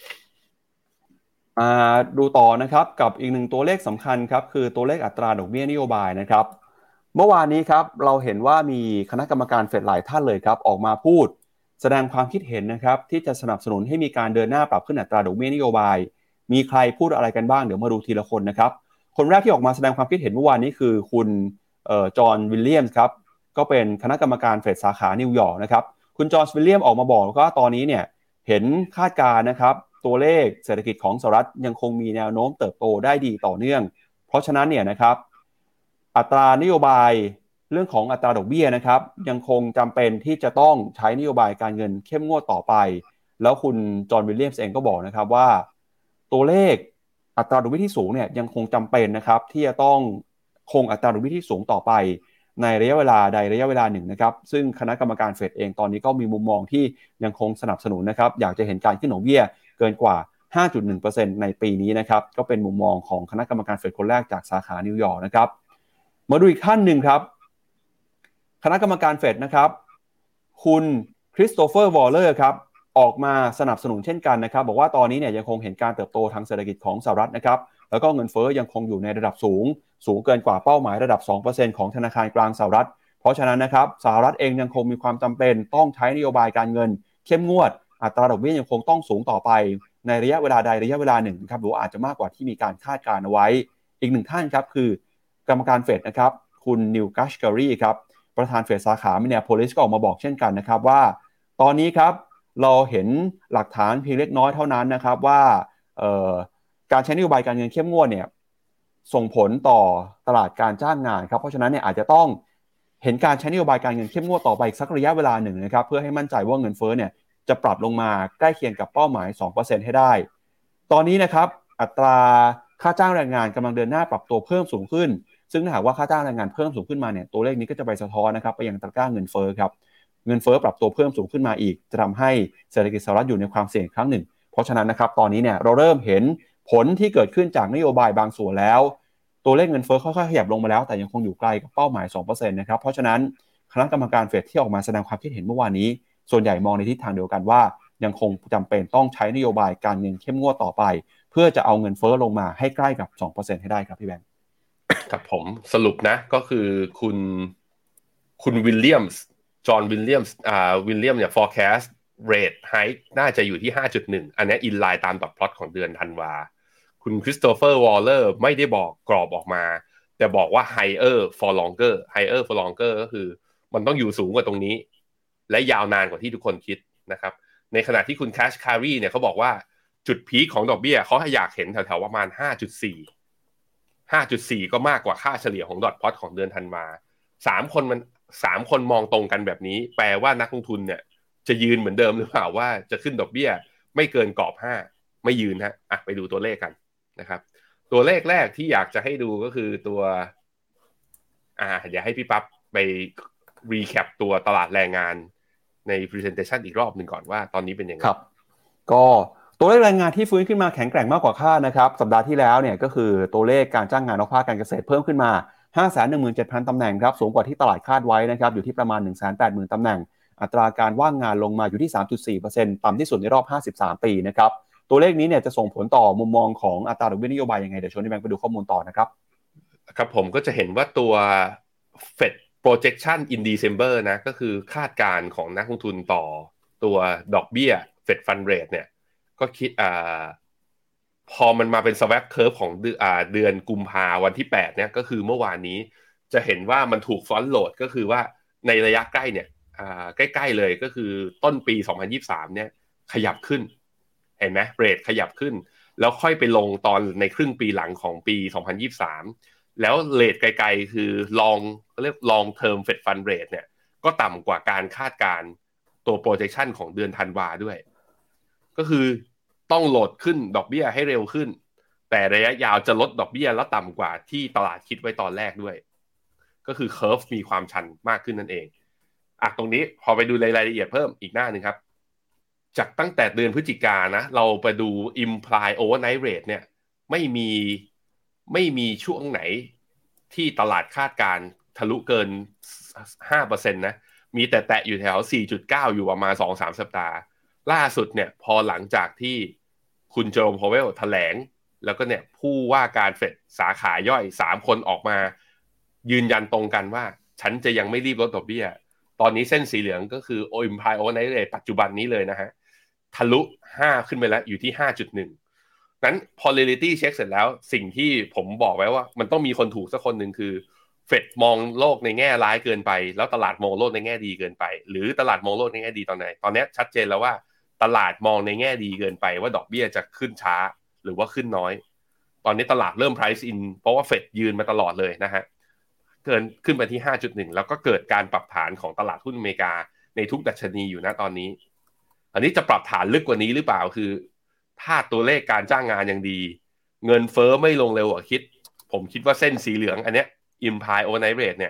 มาดูต่อนะครับกับอีกหนึ่งตัวเลขสำคัญครับคือตัวเลขอัตราดอกเบี้ยนโยบายนะครับเมื่อวานนี้ครับเราเห็นว่ามีคณะกรรมการเฟดหลายท่านเลยครับออกมาพูดแสดงความคิดเห็นนะครับที่จะสนับสนุนให้มีการเดินหน้าปรับขึ้นอัตราดอกเบี้ยนโยบายมีใครพูดอะไรกันบ้างเดี๋ยวมาดูทีละคนนะครับคนแรกที่ออกมาแสดงความคิดเห็นเมื่อวานนี้คือคุณจอห์นวิลเลียมส์ครับก็เป็นคณะกรรมการเฟดสาขานิวยอร์กนะครับคุณจอห์นวิลเลียมออกมาบอกว่าตอนนี้เนี่ยเห็นคาดการณ์นะครับตัวเลขเศรษฐกิจของสหรัฐยังคงมีแนวโน้มเติบโตได้ดีต่อเนื่องเพราะฉะนั้นเนี่ยนะครับอัตรานโยบายเรื่องของอัตราดอกเบี้ยนะครับยังคงจำเป็นที่จะต้องใช้นโยบายการเงินเข้มงวดต่อไปแล้วคุณจอห์นวิลเลียมส์เองก็บอกนะครับว่าตัวเลขอัตราดอกเบี้ยที่สูงเนี่ยยังคงจำเป็นนะครับที่จะต้องคงอัตราดอกเบี้ยที่สูงต่อไปในระยะเวลาใดระยะเวลาหนึ่งนะครับซึ่งคณะกรรมการเฟดเองตอนนี้ก็มีมุมมองที่ยังคงสนับสนุนนะครับอยากจะเห็นการขึ้นดอกเบี้ยเกินกว่า ห้าจุดหนึ่งเปอร์เซ็นต์ ในปีนี้นะครับก็เป็นมุมมองของคณะกรรมการเฟดคนแรกจากสาขานิวยอร์กนะครับมาดูอีกท่านหนึ่งครับคณะกรรมการเฟดนะครับคุณคริสโตเฟอร์วอลเลอร์ครับออกมาสนับสนุนเช่นกันนะครับบอกว่าตอนนี้เนี่ยยังคงเห็นการเติบโตทางเศรษฐกิจของสหรัฐนะครับแล้วก็เงินเฟ้อยังคงอยู่ในระดับสูงสูงเกินกว่าเป้าหมายระดับ สองเปอร์เซ็นต์ ของธนาคารกลางสหรัฐเพราะฉะนั้นนะครับสหรัฐเองยังคงมีความจำเป็นต้องใช้นโยบายการเงินเข้มงวดอัตราดอกเบี้ยยังคงต้องสูงต่อไปในระยะเวลาใดระยะเวลาหนึ่งครับหรืออาจจะมากกว่าที่มีการคาดการณ์เอาไว้อีกหนึ่งท่านครับคือกรรมการเฟดนะครับคุณนิวกัชการีครับประธานเฟดสาขามินนีแอโพลิสก็ออกมาบอกเช่นกันนะครับว่าตอนนี้ครับเราเห็นหลักฐานเพียงเล็กน้อยเท่านั้นนะครับว่าการใช้นโยบายการเงินเข้มงวดเนี่ยส่งผลต่อตลาดการจ้างงานครับเพราะฉะนั้นเนี่ยอาจจะต้องเห็นการใช้นโยบายการเงินเข้มงวดต่อไปอีกสักระยะเวลาหนึ่งนะครับเพื่อให้มั่นใจว่าเงินเฟ้อเนี่ยจะปรับลงมาใกล้เคียงกับเป้าหมาย สองเปอร์เซ็นต์ ให้ได้ตอนนี้นะครับอัตราค่าจ้างแรงงานกำลังเดินหน้าปรับตัวเพิ่มสูงขึ้นซึ่งถ้าหากว่าค่าจ้างแรงงานเพิ่มสูงขึ้นมาเนี่ยตัวเลขนี้ก็จะไปสะท้อนนะครับไปยังตะกร้าเงินเฟ้อครับเงินเฟ้อปรับตัวเพิ่มสูงขึ้นมาอีกจะทำให้เศรษฐกิจสหรัฐอยู่ในความเสี่ยงครั้งหนึ่งเพราะฉะนั้นนะครับตอนนี้เนี่ยเราเริ่มเห็นผลที่เกิดขึ้นจากนโยบายบางส่วนแล้วตัวเลขเงินเฟ้อค่อยๆขยับลงมาแล้วแต่ยังคงอยู่ไกลกับเป้าหมาย สองเปอร์เซ็นต์ นะครับเพราะฉะนั้นคณะกรรมการเฟดที่ออกมาแสดงความคิดเห็นเมื่อวานนี้ส่วนใหญ่มองในทิศทางเดียวกันว่ายังคงจำเป็นต้องใช้นโยบายการเงินเข้มงวดต่อไปเพื่อจะเอาเงินเฟ้อลงมาให้ใกล้กับ สองเปอร์เซ็นต์ ให้ได้ครับพี่แบงค์ครับผมสรุปนะก็คือคุณคุณวิลเลียมส์จอห์นวิลเลียมส์อ่าวิลเลียมเนี่ย forecast rate hike น่าจะอยู่ที่ ห้าจุดหนึ่ง อันนี้อินไลน์ตามดอทพลอตของเดือนธันวาคุณคริสโตเฟอร์วอลเลอร์ไม่ได้บอกกรอบออกมาแต่บอกว่า higher for longer higher for longer ก็คือมันต้องอยู่สูงกว่าตรงนี้และยาวนานกว่าที่ทุกคนคิดนะครับในขณะที่คุณแคชคารีเนี่ยเขาบอกว่าจุดพีคของดอกเบี้ยเขาอยากเห็นแถวๆประมาณ ห้าจุดสี่ ห้าจุดสี่ ก็มากกว่าค่าเฉลี่ยของดอทพลอตของเดือนธันวาสามคนมันสามคนมองตรงกันแบบนี้แปลว่านักลงทุนเนี่ยจะยืนเหมือนเดิมหรือเปล่าว่าจะขึ้นดอกเบี้ยไม่เกินกรอบห้าไม่ยืนฮะอ่ะไปดูตัวเลขกันนะครับตัวเลขแรกที่อยากจะให้ดูก็คือตัวอ่าเดี๋ยวให้พี่ปั๊บไปรีแคปตัวตลาดแรงงานใน presentation อีกรอบหนึ่งก่อนว่าตอนนี้เป็นยังไงครับก็ตัวเลขแรงงานที่ฟื้นขึ้นมาแข็งแกร่งมากกว่าคาดนะครับสัปดาห์ที่แล้วเนี่ยก็คือตัวเลขการจ้างงานนอกภาคการเกษตรเพิ่มขึ้นมา ห้าแสนหนึ่งหมื่นเจ็ดพัน ตำแหน่งครับสูงกว่าที่ตลาดคาดไว้นะครับอยู่ที่ประมาณ หนึ่งแสนแปดหมื่น ตำแหน่งอัตราการว่างงานลงมาอยู่ที่ สามจุดสี่เปอร์เซ็นต์ ต่ำที่สุดในรอบห้าสิบสามปีนะครับตัวเลขนี้เนี่ยจะส่งผลต่อมุมมองของอัตราดอกเบี้ยนโยบายยังไงเดี๋ยวชวนพี่แบงค์ไปดูข้อมูลต่อนะครับครับผมก็จะเห็นว่าตัว Fed projection in December นะก็คือคาดการณ์ของนักลงทุนต่อตัวดอกเบี้ย Fed Fund Rate เนี่ยก็คิดอ่าพอมันมาเป็น swap curve ของเดือนอ่าเดือนกุมภาวันที่แปดเนี่ยก็คือเมื่อวานนี้จะเห็นว่ามันถูก front load ก็คือว่าในระยะใกล้เนี่ยอ่าใกล้ๆเลยก็คือต้นปีสองพันยี่สิบสามเนี่ยขยับขึ้นเห็นไหมเรทขยับขึ้นแล้วค่อยไปลงตอนในครึ่งปีหลังของปีสองพันยี่สิบสามแล้วเรทไกลๆคือ long เรียก long term Fed Fund Rate เนี่ยก็ต่ำกว่าการคาดการณ์ตัว projection ของเดือนธันวาด้วยก็คือต้องโหลดขึ้นดอกเบี้ยให้เร็วขึ้นแต่ระยะยาวจะลดดอกเบี้ยแล้วต่ำกว่าที่ตลาดคิดไว้ตอนแรกด้วยก็คือ curve มีความชันมากขึ้นนั่นเองอ่ะตรงนี้พอไปดูรายละเอียดเพิ่มอีกหน้านึงครับจากตั้งแต่เดือนพฤศจิกายนนะเราไปดู imply overnight rate เนี่ยไม่มีไม่มีช่วงไหนที่ตลาดคาดการทะลุเกิน ห้าเปอร์เซ็นต์ นะมีแต่แตะอยู่แถว สี่จุดเก้า อยู่ประมาณ สองถึงสาม สัปดาห์ล่าสุดเนี่ยพอหลังจากที่คุณเจอร์ม พาวเวลแถลงแล้วก็เนี่ยผู้ว่าการเฟดสาขาย่อยสามคนออกมายืนยันตรงกันว่าฉันจะยังไม่รีบลดดอกเบี้ยตอนนี้เส้นสีเหลืองก็คือ Imply Overnight Rate ปัจจุบันนี้เลยนะฮะทะลุห้าขึ้นไปแล้วอยู่ที่ ห้าจุดหนึ่ง นั้นพอ reality check เสร็จแล้วสิ่งที่ผมบอกไว้ว่ามันต้องมีคนถูกสักคนหนึ่งคือเฟดมองโลกในแง่ร้ายเกินไปแล้วตลาดมองโลกในแง่ดีเกินไปหรือตลาดมองโลกในแง่ดีตอนไหนตอนนี้ชัดเจนแล้วว่าตลาดมองในแง่ดีเกินไปว่าดอกเบี้ยจะขึ้นช้าหรือว่าขึ้นน้อยตอนนี้ตลาดเริ่ม price in เพราะว่าเฟดยืนมาตลอดเลยนะฮะเกินขึ้นไปที่ ห้าจุดหนึ่ง แล้วก็เกิดการปรับฐานของตลาดหุ้นอเมริกาในทุกดัชนีอยู่นะตอนนี้อันนี้จะปรับฐานลึกกว่านี้หรือเปล่าคือถ้าตัวเลขการจ้างงานยังดีเงินเฟ้อไม่ลงเร็วกว่าคิดผมคิดว่าเส้นสีเหลืองอันเนี้ย Imply Overnight Rate เนี่ย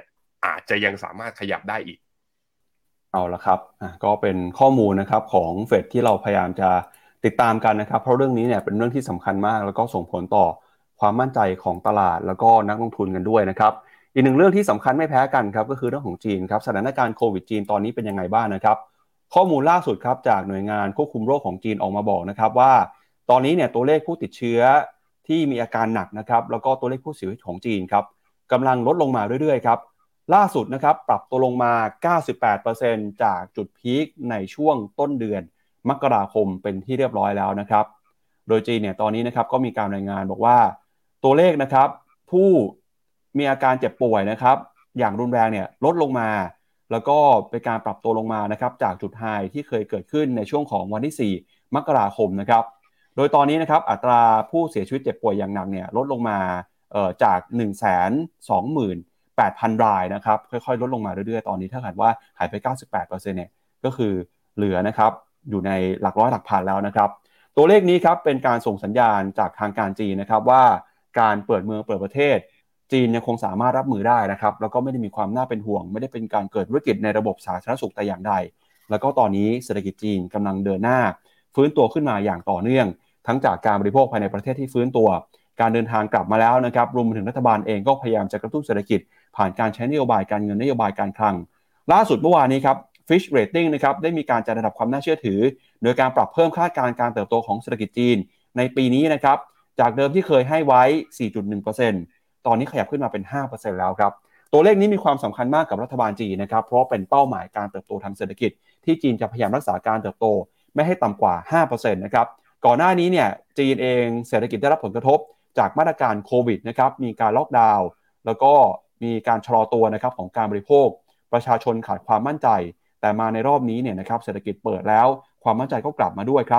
อาจจะยังสามารถขยับได้อีกเอาละครับอ่ะก็เป็นข้อมูลนะครับของเฟดที่เราพยายามจะติดตามกันนะครับเพราะเรื่องนี้เนี่ยเป็นเรื่องที่สำคัญมากแล้วก็ส่งผลต่อความมั่นใจของตลาดแล้วก็นักลงทุนกันด้วยนะครับอีกหนึ่งเรื่องที่สำคัญไม่แพ้กันครับก็คือเรื่องของจีนครับสถานการณ์โควิดจีนตอนนี้เป็นยังไงบ้างนะครับข้อมูลล่าสุดครับจากหน่วยงานควบคุมโรคของจีนออกมาบอกนะครับว่าตอนนี้เนี่ยตัวเลขผู้ติดเชื้อที่มีอาการหนักนะครับแล้วก็ตัวเลขผู้เสียชีวิตของจีนครับกำลังลดลงมาเรื่อยๆครับล่าสุดนะครับปรับตัวลงมา เก้าสิบแปดเปอร์เซ็นต์ จากจุดพีคในช่วงต้นเดือนมกราคมเป็นที่เรียบร้อยแล้วนะครับโดยจีนเนี่ยตอนนี้นะครับก็มีการรายงานบอกว่าตัวเลขนะครับผู้มีอาการเจ็บป่วยนะครับอย่างรุนแรงเนี่ยลดลงมาแล้วก็เป็นการปรับตัวลงมานะครับจากจุดไฮที่เคยเกิดขึ้นในช่วงของวันที่สี่มกราคมนะครับโดยตอนนี้นะครับอัตราผู้เสียชีวิตเจ็บป่วยอย่างหนักเนี่ยลดลงมาเอ่อจาก หนึ่งแสนสองหมื่นแปดพัน รายนะครับค่อยๆลดลงมาเรื่อยๆตอนนี้ถ้าเกิดว่าหายไป เก้าสิบแปดเปอร์เซ็นต์ เนี่ยก็คือเหลือนะครับอยู่ในหลักร้อยหลักพันแล้วนะครับตัวเลขนี้ครับเป็นการส่งสัญญาณจากทางการจีนนะครับว่าการเปิดเมืองเปิดประเทศจีนยังคงสามารถรับมือได้นะครับแล้วก็ไม่ได้มีความน่าเป็นห่วงไม่ได้เป็นการเกิดวิกฤตในระบบสาธารณสุขแต่อย่างใดแล้วก็ตอนนี้เศรษฐกิจจีนกำลังเดินหน้าฟื้นตัวขึ้นมาอย่างต่อเนื่องทั้งจากการบริโภคภายในประเทศที่ฟื้นตัวการเดินทางกลับมาแล้วนะครับรวมถึงรัฐบาลเองก็พยายามจะกระตุ้นเศรษฐกิจผ่านการใช้นโยบายการเงินนโยบายการคลังล่าสุดเมื่อวานนี้ครับ Fitch Rating นะครับได้มีการจัดระดับความน่าเชื่อถือโดยการปรับเพิ่มคาดการณ์การเติบโตของเศรษฐกิจจีนในปีนี้นะครับจากเดิมที่เคยให้ไว้ สี่จุดหนึ่งเปอร์เซ็นต์ ตอนนี้ขยับขึ้นมาเป็น ห้าเปอร์เซ็นต์ แล้วครับตัวเลขนี้มีความสำคัญมากกับรัฐบาลจีนนะครับเพราะเป็นเป้าหมายการเติบโตทางเศรษฐกิจที่จีนจะพยายามรักษาการเติบโตไม่ให้ต่ำกว่า ห้าเปอร์เซ็นต์ นะครับก่อนหน้านี้เนี่ยจีนเองเศรษฐกิจได้รับผลกระทบจากมาตรการโควิดนะครับมีการล็อกดาวน์แล้วก็มีการชะลอตัวนะครับของการบริโภคประชาชนขาดความมั่นใจแต่มาในรอบนี้เนี่ยนะครับเศรษฐกิจเปิดแล้วความมั่นใจก็กลับมาด้วยครับ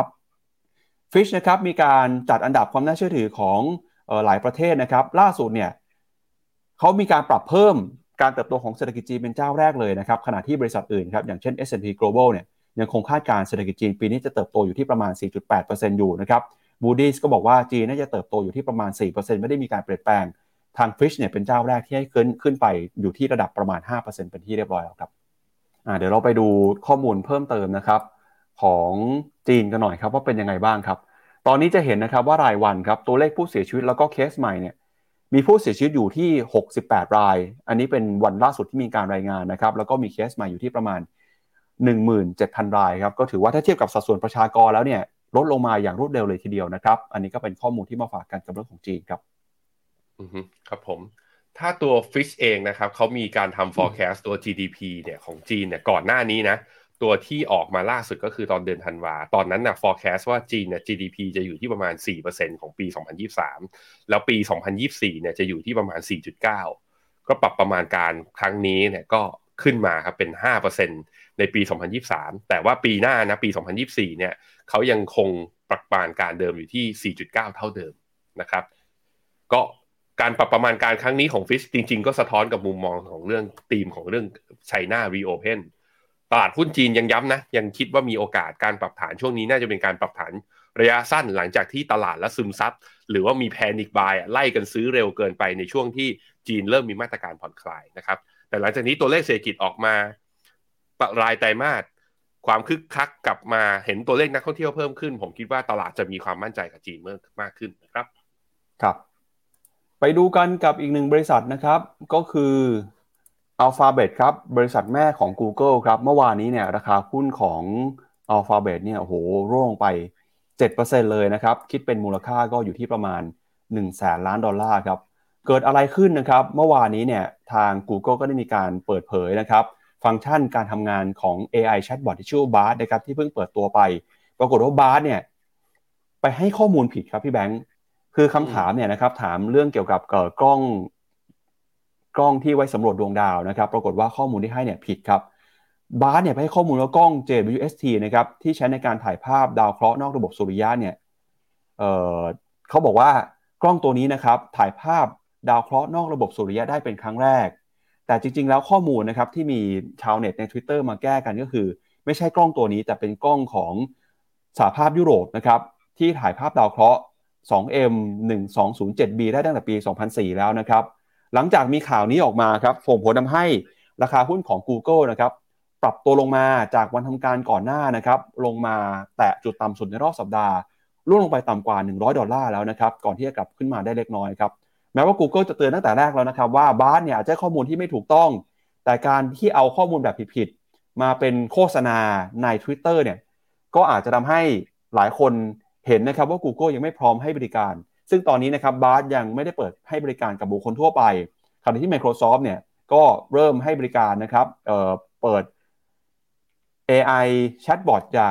Fitch นะครับมีการจัดอันดับความน่าเชื่อถือของเอ่อหลายประเทศนะครับล่าสุดเนี่ยเขามีการปรับเพิ่มการเติบโตของเศรษฐกิจจีนเป็นเจ้าแรกเลยนะครับขณะที่บริษัทอื่นครับอย่างเช่น เอส แอนด์ พี Global เนี่ยยังคงคาดการณ์เศรษฐกิจจีนปีนี้จะเติบโตอยู่ที่ประมาณ สี่จุดแปดเปอร์เซ็นต์ อยู่นะครับ Moody's ก็บอกว่าจีนน่าจะเติบโตอยู่ที่ประมาณ สี่เปอร์เซ็นต์ ไม่ได้มีการเปลี่ยนแปลงทาง Fitch เนี่ยเป็นเจ้าแรกที่ให้ขึ้นขึ้นไปอยู่ที่ระดับประมาณ ห้าเปอร์เซ็นต์ เป็นที่เรียบร้อยแล้วครับอ่าเดี๋ยวเราไปดูข้อมูลเพิ่มเติมนะครับของจีนกันหน่อยครับว่าเป็นยังไงบ้างครับตอนนี้จะเห็นนะครับว่ารายวันครับตัวเลขผู้เสียชีวิตแล้วก็เคสใหม่เนี่ยมีผู้เสียชีวิตอยู่ที่หกสิบแปดรายอันนี้เป็นวันล่าสุดที่มีการรายงานนะครับแล้วก็มีเคสใหม่อยู่ที่ประมาณ หนึ่งหมื่นเจ็ดพัน รายครับก็ถือว่าถ้าเทียบกับสัดส่วนประชากรแล้วเนี่ยลดลงมาอย่างรวดเร็วเลยทีเดียวนะครับอันนี้ก็เป็นข้อมูลที่มาฝากกันกับเรื่องของจีนครับอือฮึครับผมถ้าตัว Fitch เองนะครับเขามีการทำ forecast ตัว จี ดี พี เนี่ยของจีนเนี่ยก่อนหน้านี้นะตัวที่ออกมาล่าสุดก็คือตอนเดือนธันวาตอนนั้นนะ forecast ว่าจีนเนี่ย จี ดี พี จะอยู่ที่ประมาณ สี่เปอร์เซ็นต์ ของปี สองพันยี่สิบสามแล้วปี สองพันยี่สิบสี่เนี่ยจะอยู่ที่ประมาณ สี่จุดเก้า ก็ปรับประมาณการครั้งนี้เนี่ยก็ขึ้นมาครับเป็น ห้าเปอร์เซ็นต์ ในปี สองพันยี่สิบสาม แต่ว่าปีหน้านะปี สองพันยี่สิบสี่เนี่ยเขายังคงปรับประมาณการเดิมอยู่ที่ สี่จุดเก้า เท่าเดิมนะครับก็การปรับประมาณการครั้งนี้ของ Fitch จริงๆก็สะท้อนกับมุมมองของเรื่องธีมของเรื่อง China Reopen ตลาดหุ้นจีนยังย้ำนะยังคิดว่ามีโอกาสการปรับฐานช่วงนี้น่าจะเป็นการปรับฐานระยะสั้นหลังจากที่ตลาดและซึมซับหรือว่ามี Panic Buy ไล่กันซื้อเร็วเกินไปในช่วงที่จีนเริ่มมีมาตรการผ่อนคลายนะครับแต่หลังจากนี้ตัวเลขเศรษฐกิจออกมารายไตรมาสความคึกคักกลับมาเห็นตัวเลขนักท่องเที่ยวเพิ่มขึ้นผมคิดว่าตลาดจะมีความมั่นใจกับจีนมากขึ้นนะครับครับไปดูกันกับอีกหนึ่งบริษัทนะครับก็คือ Alphabet ครับบริษัทแม่ของ Google ครับเมื่อวานนี้เนี่ยราคาหุ้นของ Alphabet เนี่ยโอ้โหร่วงไป เจ็ดเปอร์เซ็นต์ เลยนะครับคิดเป็นมูลค่าก็อยู่ที่ประมาณ หนึ่งแสน ล้านดอลลาร์ครับเกิดอะไรขึ้นนะครับเมื่อวานนี้เนี่ยทาง Google ก็ได้มีการเปิดเผยนะครับฟังก์ชันการทำงานของ เอ ไอ Chatbot ที่ชื่อ Bard นะครับที่เพิ่งเปิดตัวไปปรากฏว่า Bard เนี่ยไปให้ข้อมูลผิดครับพี่แบงค์คือคำถามเนี่ยนะครับถามเรื่องเกี่ยวกับกล้องกล้องที่ไว้สำรวจดวงดาวนะครับปรากฏว่าข้อมูลที่ให้เนี่ยผิดครับบาร์เนี่ยไปให้ข้อมูลว่ากล้อง เจ ดับเบิลยู เอส ที นะครับที่ใช้ในการถ่ายภาพดาวเคราะห์นอกระบบสุริยะเนี่ยเอ่อเขาบอกว่ากล้องตัวนี้นะครับถ่ายภาพดาวเคราะห์นอกระบบสุริยะได้เป็นครั้งแรกแต่จริงๆแล้วข้อมูลนะครับที่มีชาวเน็ตใน Twitter มาแก้กันก็คือไม่ใช่กล้องตัวนี้แต่เป็นกล้องของสหภาพยุโรปนะครับที่ถ่ายภาพดาวเคราะห์ สอง เอ็ม หนึ่งสองศูนย์เจ็ด บี ได้ตั้งแต่ปี สองพันสี่ แล้วนะครับหลังจากมีข่าวนี้ออกมาครับส่งผลทำให้ราคาหุ้นของ Google นะครับปรับตัวลงมาจากวันทำการก่อนหน้านะครับลงมาแตะจุดต่ำสุดในรอบสัปดาห์ร่วงลงไปต่ำกว่าหนึ่งร้อยดอลลาร์แล้วนะครับก่อนที่จะกลับขึ้นมาได้เล็กน้อยครับแม้ว่า Google จะเตือนตั้งแต่แรกแล้วนะครับว่าบาร์สเนี่ยอาจจะให้ข้อมูลที่ไม่ถูกต้องแต่การที่เอาข้อมูลแบบผิดๆมาเป็นโฆษณาใน Twitter เนี่ยก็อาจจะทำให้หลายคนเห็นนะครับว่า Google ยังไม่พร้อมให้บริการซึ่งตอนนี้นะครับบาร์สยังไม่ได้เปิดให้บริการกับบุคคลทั่วไปขณะที่ Microsoft เนี่ยก็เริ่มให้บริการนะครับเอ่อเปิด เอ ไอ Chatbot อย่าง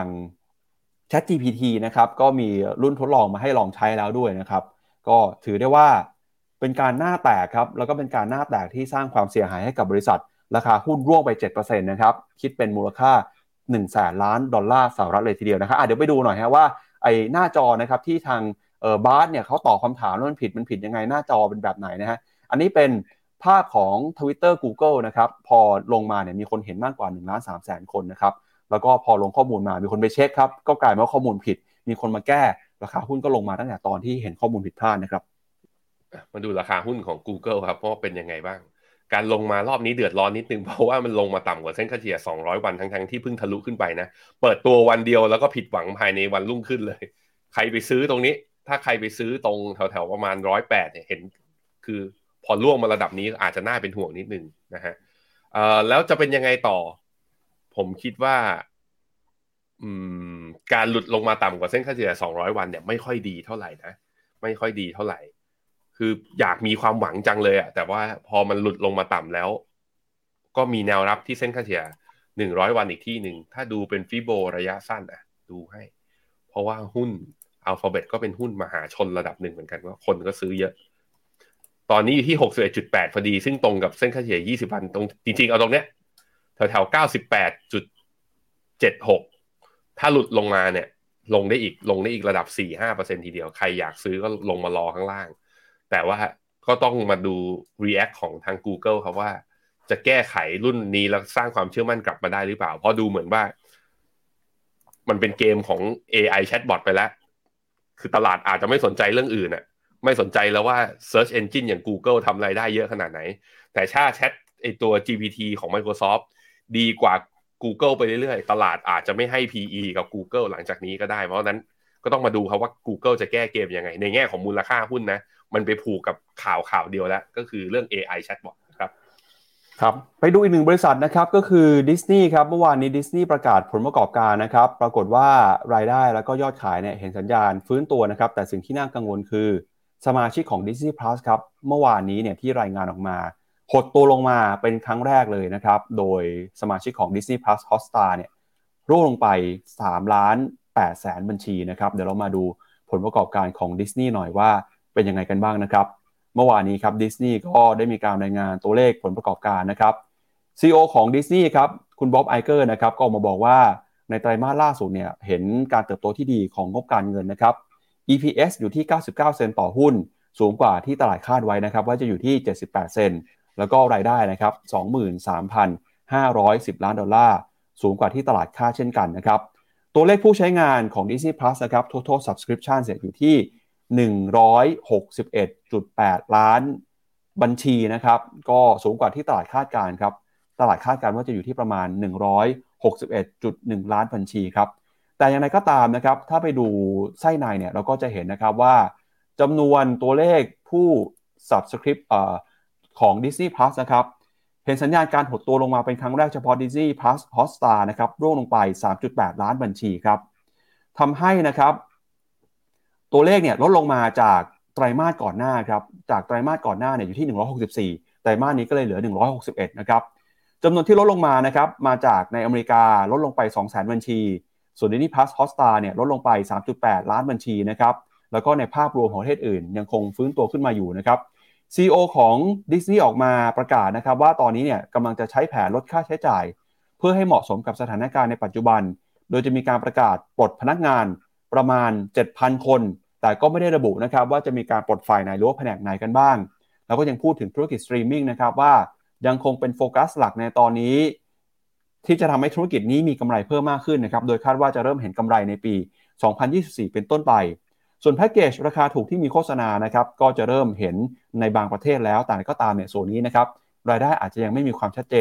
ChatGPT นะครับก็มีรุ่นทดลองมาให้ลองใช้แล้วด้วยนะครับก็ถือได้ว่าเป็นการหน้าแตกครับแล้วก็เป็นการหน้าแตกที่สร้างความเสียหายให้กับบริษัทราคาหุ้นร่วงไป เจ็ดเปอร์เซ็นต์ นะครับคิดเป็นมูลค่า หนึ่งแสน ล้านดอลลาร์สหรัฐเลยทีเดียวนะครับอ่ะเดี๋ยวไปดูหน่อยฮะว่าไอ้หน้าจอนะครับที่ทางเอ่อบาร์สเนี่ยเขาตอบคำถามว่ามันผิดมันผิดยังไงหน้าจอเป็นแบบไหนนะฮะอันนี้เป็นภาพของ Twitter Google นะครับพอลงมาเนี่ยมีคนเห็นมากกว่า หนึ่งล้านสามแสน คนนะครับแล้วก็พอลงข้อมูลมามีคนไปเช็คครับก็กลายเป็นว่าข้อมูลผิดมีคนมาแก้ราคาหุ้นก็ลงมาตั้งแต่ตอนที่เห็นข้อมูลผิดพลาดนะครับมาดูราคาหุ้นของ Google ครับเพราะว่าเป็นยังไงบ้างการลงมารอบนี้เดือดร้อนนิดนึงเพราะว่ามันลงมาต่ำกว่าเส้นค่าเฉลี่ยสองร้อยวันทั้งๆที่เพิ่งทะลุขึ้นไปนะเปิดตัววันเดียวแล้วก็ผิดหวังภายในวันรุ่งขึ้นเลยใครไปซื้อตรงนี้ถ้าใครไปซื้อตรงแถวๆประมาณหนึ่งร้อยแปดเนี่ยเห็นคือพอล่วงมาระดับนี้อาจจะน่าเป็นห่วงนิดนึงนะฮะเอ่อแล้วจะเป็นยังไงต่อผมคิดว่าอืมการหลุดลงมาต่ำกว่าเส้นค่าเฉลี่ยสองร้อยวันเนี่ยไม่ค่อยดีเท่าไหร่นะไม่ค่อยดีเท่าไหร่คืออยากมีความหวังจังเลยอะแต่ว่าพอมันหลุดลงมาต่ำแล้วก็มีแนวรับที่เส้นค่าเฉลี่ยหนึ่งร้อยวันอีกที่หนึ่งถ้าดูเป็นฟิโบระยะสั้นอะดูให้เพราะว่าหุ้น Alphabet ก็เป็นหุ้นมหาชนระดับหนึ่งเหมือนกันว่าคนก็ซื้อเยอะตอนนี้อยู่ที่ หกสิบเอ็ดจุดแปด พอดีซึ่งตรงกับเส้นค่าเฉลี่ยยี่สิบวันตรงจริงๆเอาตรงเนี้ยแถวๆ เก้าสิบแปดจุดเจ็ดหก ถ้าหลุดลงมาเนี่ยลงได้อีกลงได้อีกระดับ สี่ถึงห้าเปอร์เซ็นต์ ทีเดียวใครอยากซื้อก็ลงมารอข้างล่างแต่ว่าก็ต้องมาดู react ของทาง Google ครับว่าจะแก้ไขรุ่นนี้แล้วสร้างความเชื่อมั่นกลับมาได้หรือเปล่าเพราะดูเหมือนว่ามันเป็นเกมของ เอ ไอ Chatbot ไปแล้วคือตลาดอาจจะไม่สนใจเรื่องอื่นน่ะไม่สนใจแล้วว่า Search Engine อย่าง Google ทำรายได้เยอะขนาดไหนแต่ถ้า Chat ไอตัว จี พี ที ของ Microsoft ดีกว่า Google ไปเรื่อยๆตลาดอาจจะไม่ให้ พี อี กับ Google หลังจากนี้ก็ได้เพราะฉะนั้นก็ต้องมาดูครับว่า Google จะแก้เกมยังไงในแง่ของมูลค่าหุ้นนะมันไปผูกกับข่าวข่าวเดียวแล้วก็คือเรื่อง เอ ไอ Chatbot ครับครับไปดูอีกหนึ่งบริษัทนะครับก็คือ Disney ครับเมื่อวานนี้ Disney ประกาศผลประกอบการนะครับปรากฏว่ารายได้แล้วก็ยอดขายเนี่ยเห็นสัญญาณฟื้นตัวนะครับแต่สิ่งที่น่ากังวลคือสมาชิกของ Disney Plus ครับเมื่อวานนี้เนี่ยที่รายงานออกมาหดตัวลงมาเป็นครั้งแรกเลยนะครับโดยสมาชิกของ Disney Plus Hotstar เนี่ยร่วงลงไปสามล้านแปดแสนบัญชีนะครับเดี๋ยวเรามาดูผลประกอบการของ Disney หน่อยว่าเป็นยังไงกันบ้างนะครับเมื่อวานนี้ครับดิสนีย์ก็ได้มีการรายงานตัวเลขผลประกอบการนะครับ ซี อี โอ ของ Disney ครับคุณบ๊อบไอเกอร์นะครับก็ออกมาบอกว่าในไตรมาสล่าสุดเนี่ยเห็นการเติบโตที่ดีของงบการเงินนะครับ อี พี เอส อยู่ที่เก้าสิบเก้าเซนต์ต่อหุ้นสูงกว่าที่ตลาดคาดไว้นะครับว่าจะอยู่ที่เจ็ดสิบแปดเซนต์แล้วก็รายได้นะครับ สองหมื่นสามพันห้าร้อยสิบ ล้านดอลลาร์สูงกว่าที่ตลาดคาดเช่นกันนะครับตัวเลขผู้ใช้งานของ Disney Plus นะครับ total subscription เสียอยู่ที่หนึ่งร้อยหกสิบเอ็ดจุดแปด ล้านบัญชีนะครับก็สูงกว่าที่ตลาดคาดการณ์ครับตลาดคาดการณ์ว่าจะอยู่ที่ประมาณ หนึ่งร้อยหกสิบเอ็ดจุดหนึ่ง ล้านบัญชีครับแต่อย่างไรก็ตามนะครับถ้าไปดูไส้ในเนี่ยเราก็จะเห็นนะครับว่าจำนวนตัวเลขผู้ subscribe เอ่อของ Disney Plus นะครับเห็นสัญญาณการหดตัวลงมาเป็นครั้งแรกเฉพาะ Disney Plus Hotstar นะครับร่วงลงไป สามจุดแปด ล้านบัญชีครับทำให้นะครับตัวเลขเนี่ยลดลงมาจากไตรมาสก่อนหน้าครับจากไตรมาสก่อนหน้าเนี่ยอยู่ที่หนึ่งร้อยหกสิบสี่ไตรมาสนี้ก็เลยเหลือหนึ่งร้อยหกสิบเอ็ดนะครับจำนวนที่ลดลงมานะครับมาจากในอเมริกาลดลงไป สองแสน บัญชีส่วน Disney Plus Hotstar เนี่ยลดลงไป สามจุดแปด ล้านบัญชีนะครับแล้วก็ในภาพรวมของประเทศอื่นยังคงฟื้นตัวขึ้นมาอยู่นะครับ ซี อี โอ ของ Disney ออกมาประกาศนะครับว่าตอนนี้เนี่ยกำลังจะใช้แผนลดค่าใช้จ่ายเพื่อให้เหมาะสมกับสถานการณ์ในปัจจุบันโดยจะมีการประกาศปลดพนักงานประมาณ เจ็ดพัน คนแต่ก็ไม่ได้ระบุนะครับว่าจะมีการปลดฝ่ายไหนหรือว่าแผนกไหนกันบ้างแล้วก็ยังพูดถึงธุรกิจสตรีมมิ่งนะครับว่ายังคงเป็นโฟกัสหลักในตอนนี้ที่จะทำให้ธุรกิจนี้มีกำไรเพิ่มมากขึ้นนะครับโดยคาดว่าจะเริ่มเห็นกำไรในปี สองพันยี่สิบสี่ เป็นต้นไปส่วนแพ็กเกจราคาถูกที่มีโฆษณานะครับก็จะเริ่มเห็นในบางประเทศแล้วแต่ก็ตามเนี่ยส่วนนี้นะครับรายได้อาจจะยังไม่มีความชัดเจน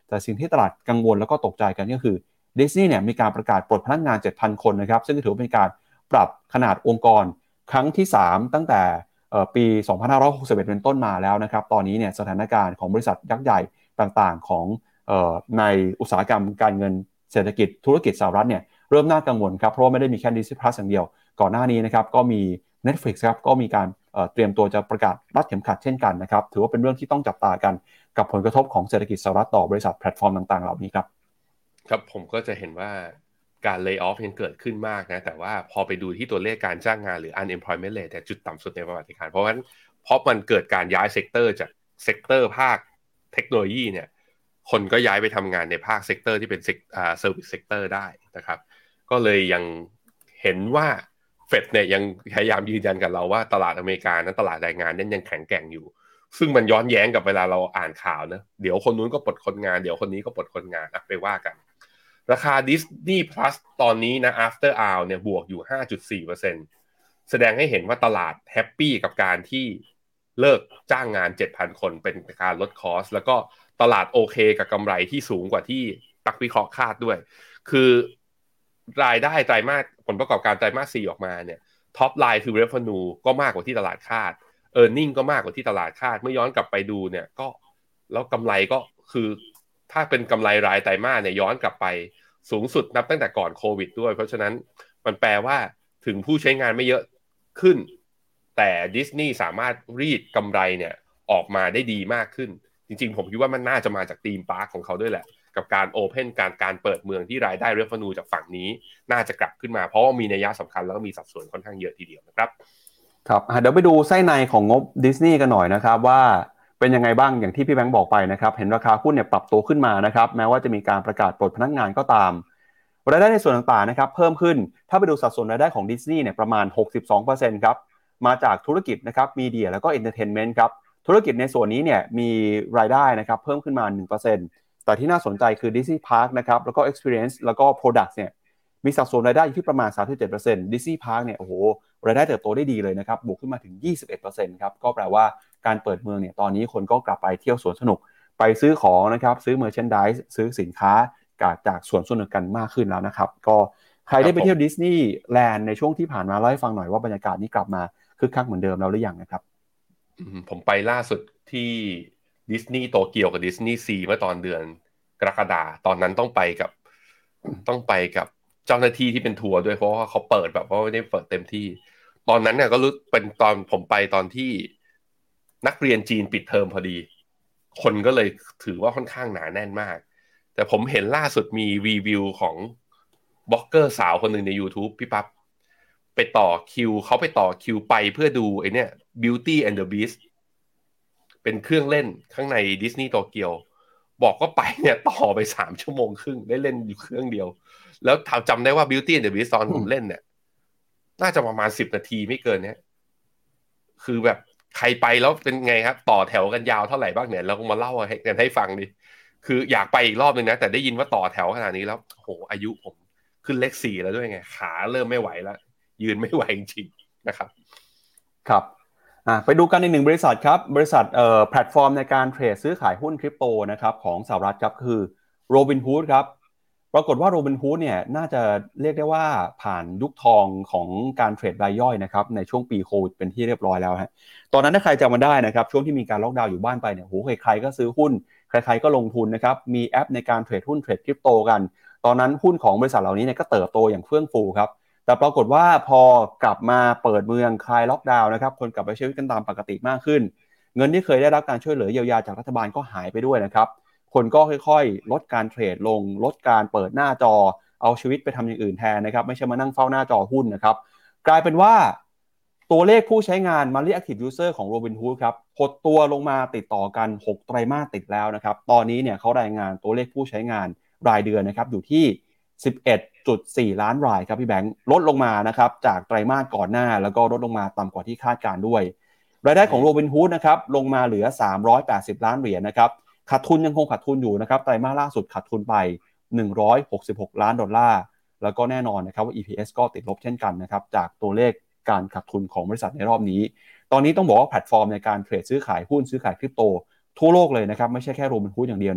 แต่สิ่งที่ตลาดกังวลแล้วก็ตกใจกันก็คือดิสนีย์เนี่ยมีการประกาศปลดพนักงาน เจ็ดพัน คนนะครับซึ่งถือว่าเป็นการปรับขนาดองค์กรครั้งที่สามตั้งแต่ปีสองพันห้าร้อยหกสิบเอ็ดเป็นต้นมาแล้วนะครับตอนนี้เนี่ยสถานการณ์ของบริษัทยักษ์ใหญ่ต่างๆของเอ่อในอุตสาหกรรมการเงินเศรษฐกิจธุรกิจสหรัฐเนี่ยเริ่มน่ากังวลครับเพราะว่าไม่ได้มีแค่ Disney Plus อย่างเดียวก่อนหน้านี้นะครับก็มี Netflix ครับก็มีการเอ่อเตรียมตัวจะประกาศรัดเข็มขัดเช่นกันนะครับถือว่าเป็นเรื่องที่ต้องจับตากันกับผลกระทบของเศรษฐกิจสหรัฐต่อบริษัทแพลตฟอร์มต่างๆเหล่านี้ครับครับผมก็จะเห็นว่าการ lay off ยังเกิดขึ้นมากนะแต่ว่าพอไปดูที่ตัวเลขการจ้างงานหรือ unemployment rate แต่จุดต่ำสุดในประวัติการเพราะว่าเพราะมันเกิดการย้ายเซกเตอร์จากเซกเตอร์ภาคเทคโนโลยีเนี่ยคนก็ย้ายไปทำงานในภาคเซกเตอร์ที่เป็นอ่า service sector ได้นะครับก็เลยยังเห็นว่าเฟดเนี่ยยังพยายามยืนยันกับเราว่าตลาดอเมริกานั้นตลาดแรงงานนั้นยังแข็งแกร่งอยู่ซึ่งมันย้อนแย้งกับเวลาเราอ่านข่าวนะเดี๋ยวคนนู้นก็ปลดคนงานเดี๋ยวคนนี้ก็ปลดคนงานอ่ะไปว่ากันราคา Disney Plus ตอนนี้นะ after hour เนี่ยบวกอยู่ ห้าจุดสี่เปอร์เซ็นต์ แสดงให้เห็นว่าตลาดแฮปปี้กับการที่เลิกจ้างงาน เจ็ดพัน คนเป็นการลดคอสแล้วก็ตลาดโอเคกับกำไรที่สูงกว่าที่นักวิเคราะห์คาดด้วยคือรายได้ไตรมาสผลประกอบการไตรมาสสี่ออกมาเนี่ยท็อปไลน์คือ revenue ก็มากกว่าที่ตลาดคาด earning ก็มากกว่าที่ตลาดคาดเมื่อย้อนกลับไปดูเนี่ยก็แล้วกำไรก็คือถ้าเป็นกำไรรายไตรมาสเนี่ยย้อนกลับไปสูงสุดนับตั้งแต่ก่อนโควิดด้วยเพราะฉะนั้นมันแปลว่าถึงผู้ใช้งานไม่เยอะขึ้นแต่ดิสนีย์สามารถรีดกำไรเนี่ยออกมาได้ดีมากขึ้นจริงๆผมคิดว่ามันน่าจะมาจากธีมพาร์คของเขาด้วยแหละกับการโอเพ่นการการเปิดเมืองที่รายได้เรฟเวนูจากฝั่งนี้น่าจะกลับขึ้นมาเพราะว่ามีนัยสำคัญแล้วก็มีสัดส่วนค่อนข้างเยอะทีเดียวนะครับครับเดี๋ยวไปดูไส้ในของงบดิสนีย์กันหน่อยนะครับว่าเป็นยังไงบ้างอย่างที่พี่แบงค์บอกไปนะครับเห็นราคาหุ้นเนี่ยปรับตัวขึ้นมานะครับแม้ว่าจะมีการประกาศปลดพนักงานก็ตามรายได้ในส่วนต่างๆนะครับเพิ่มขึ้นถ้าไปดูสัดส่วนรายได้ของดิสนีย์เนี่ยประมาณ หกสิบสองเปอร์เซ็นต์ ครับมาจากธุรกิจนะครับมีเดียแล้วก็เอนเตอร์เทนเมนต์ครับธุรกิจในส่วนนี้เนี่ยมีรายได้นะครับเพิ่มขึ้นมา หนึ่งเปอร์เซ็นต์ แต่ที่น่าสนใจคือ Disney Park นะครับแล้วก็ Experience แล้วก็ Products เนี่ยมีสัดส่วนรายได้อยู่ที่ประมาณ สามสิบเจ็ดเปอร์เซ็นต์ Disney Park เนี่ยโอ้โหรายได้เติบโตได้ดีเลยนะครับบวกขึ้นมาถึง ยี่สิบเอ็ดเปอร์เซ็นต์ ครับก็แปลว่าการเปิดเมืองเนี่ยตอนนี้คนก็กลับไปเที่ยวสวนสนุกไปซื้อของนะครับซื้อ merchandise ซื้อสินค้าจากสวนสนุกกันมากขึ้นแล้วนะครับก็ใครได้ไปเที่ยวดิสนีย์แลนด์ในช่วงที่ผ่านมาเล่าให้ฟังหน่อยว่าบรรยากาศนี้กลับมาคึกคักเหมือนเดิมแล้วหรือยังนะครับผมไปล่าสุดที่ดิสนีย์โตเกียวกับดิสนีย์ซีเมื่อตอนเดือนกรกฎาคมตอนนั้นต้องไปกับต้องไปกับเจ้าหน้าที่ที่เป็นทัวร์ด้วยเพราะว่าเขาเปิดแบบว่าไม่ได้เปิดเต็มที่ตอนนั้นเนี่ยก็รู้เป็นตอนผมไปตอนที่นักเรียนจีนปิดเทอมพอดีคนก็เลยถือว่าค่อนข้างหนาแน่นมากแต่ผมเห็นล่าสุดมีรีวิวของบล็อกเกอร์สาวคนหนึ่งใน YouTube พี่ปั๊บไปต่อคิวเขาไปต่อคิวไปเพื่อดูไอ้เนี่ย Beauty and the Beast เป็นเครื่องเล่นข้างในดิสนีย์โตเกียวบอกก็ไปเนี่ยต่อไปสามชั่วโมงครึ่งได้เล่นอยู่เครื่องเดียวแล้วจำได้ว่า Beauty and the Beast ตอนผมเล่นเนี่ยน่าจะประมาณสิบนาทีไม่เกินเนี่ยคือแบบใครไปแล้วเป็นไงครับต่อแถวกันยาวเท่าไหร่บ้างเนี่ยเรามาเล่าให้กันให้ฟังดิคืออยากไปอีกรอบนึงนะแต่ได้ยินว่าต่อแถวขนาดนี้แล้วโหอายุผมขึ้นเลขสี่แล้วด้วยไงขาเริ่มไม่ไหวแล้วยืนไม่ไหวจริงๆนะครับครับอ่ะไปดูกันอีกหนึ่งบริษัทครับบริษัทเอ่อแพลตฟอร์มในการเทรดซื้อขายหุ้นคริปโตนะครับของสหรัฐครับคือ Robinhood ครับปรากฏว่า Robinhood เนี่ยน่าจะเรียกได้ว่าผ่านยุคทองของการเทรดรายย่อยนะครับในช่วงปีโควิดเป็นที่เรียบร้อยแล้วฮะตอนนั้นถ้าใครจำมาได้นะครับช่วงที่มีการล็อกดาวน์อยู่บ้านไปเนี่ยโหใครๆก็ซื้อหุ้นใครๆก็ลงทุนนะครับมีแอปในการเทรดหุ้นเทรดคริปโตกันตอนนั้นหุ้นของบริษัทเหล่านี้เนี่ยก็เติบโตอย่างเฟื่องฟูครับแต่ปรากฏว่าพอกลับมาเปิดเมืองคลายล็อกดาวน์นะครับคนกลับไปใช้ชีวิตกันตามปกติมากขึ้นเงินที่เคยได้รับการช่วยเหลือเยียวยาจากรัฐบาลก็หายไปด้วยนะครับคนก็ค่อยๆลดการเทรดลงลดการเปิดหน้าจอเอาชีวิตไปทำอย่างอื่นแทนนะครับไม่ใช่มานั่งเฝ้าหน้าจอหุ้นนะครับกลายเป็นว่าตัวเลขผู้ใช้งาน Monthly Active User ของ Robinhood ครับหดตัวลงมาติดต่อกันหกไตรมาสติดแล้วนะครับตอนนี้เนี่ยเขารายงานตัวเลขผู้ใช้งานรายเดือนนะครับอยู่ที่ สิบเอ็ดจุดสี่ ล้านรายครับพี่แบงค์ลดลงมานะครับจากไตรมาสก่อนหน้าแล้วก็ลดลงมาต่ำกว่าที่คาดการด้วยรายได้ของ Robinhood นะครับลงมาเหลือสามร้อยแปดสิบล้านเหรียญนะครับขาดทุนยังคงขาดทุนอยู่นะครับไตรมาสล่าสุดขาดทุนไปหนึ่งร้อยหกสิบหกล้านดอลลาร์แล้วก็แน่นอนนะครับว่า อี พี เอส ก็ติดลบเช่นกันนะครับจากตัวเลขการขาดทุนของบริษัทในรอบนี้ตอนนี้ต้องบอกว่าแพลตฟอร์มในการเทรดซื้อขายหุ้นซื้อขายคริปโตทั่วโลกเลยนะครับไม่ใช่แค่ Robinhood อย่างเดียวเนี่ย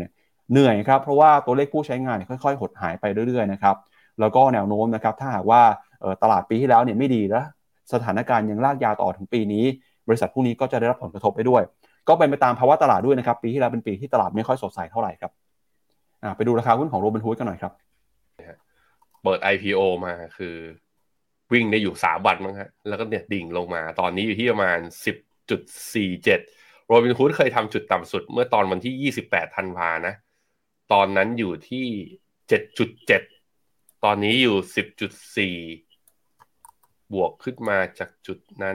เหนื่อยครับเพราะว่าตัวเลขผู้ใช้งานเนี่ยค่อยๆหดหายไปเรื่อยๆนะครับแล้วก็แนวโน้มนะครับถ้าหากว่าตลาดปีที่แล้วเนี่ยไม่ดีแล้วสถานการณ์ยังลากยาวต่อถึงปีนี้บริษัทพวกนี้ก็จะได้รับผลกระทบไปด้วยก็เป็นไปตามภาวะตลาดด้วยนะครับปีที่แล้วเป็นปีที่ตลาดไม่ค่อยสดใสเท่าไหร่ครับไปดูราคาหุ้นของ Robinhood กันหน่อยครับเปิด ไอ พี โอ มาคือวิ่งได้อยู่สามวันมั้งฮะแล้วก็เนี่ยดิ่งลงมาตอนนี้อยู่ที่ประมาณ สิบจุดสี่เจ็ด Robinhood เคยทำจุดต่ำสุดเมื่อตอนวันที่ยี่สิบแปดธันวานะตอนนั้นอยู่ที่ เจ็ดจุดเจ็ด ตอนนี้อยู่ สิบจุดสี่ บวกขึ้นมาจากจุดนั้น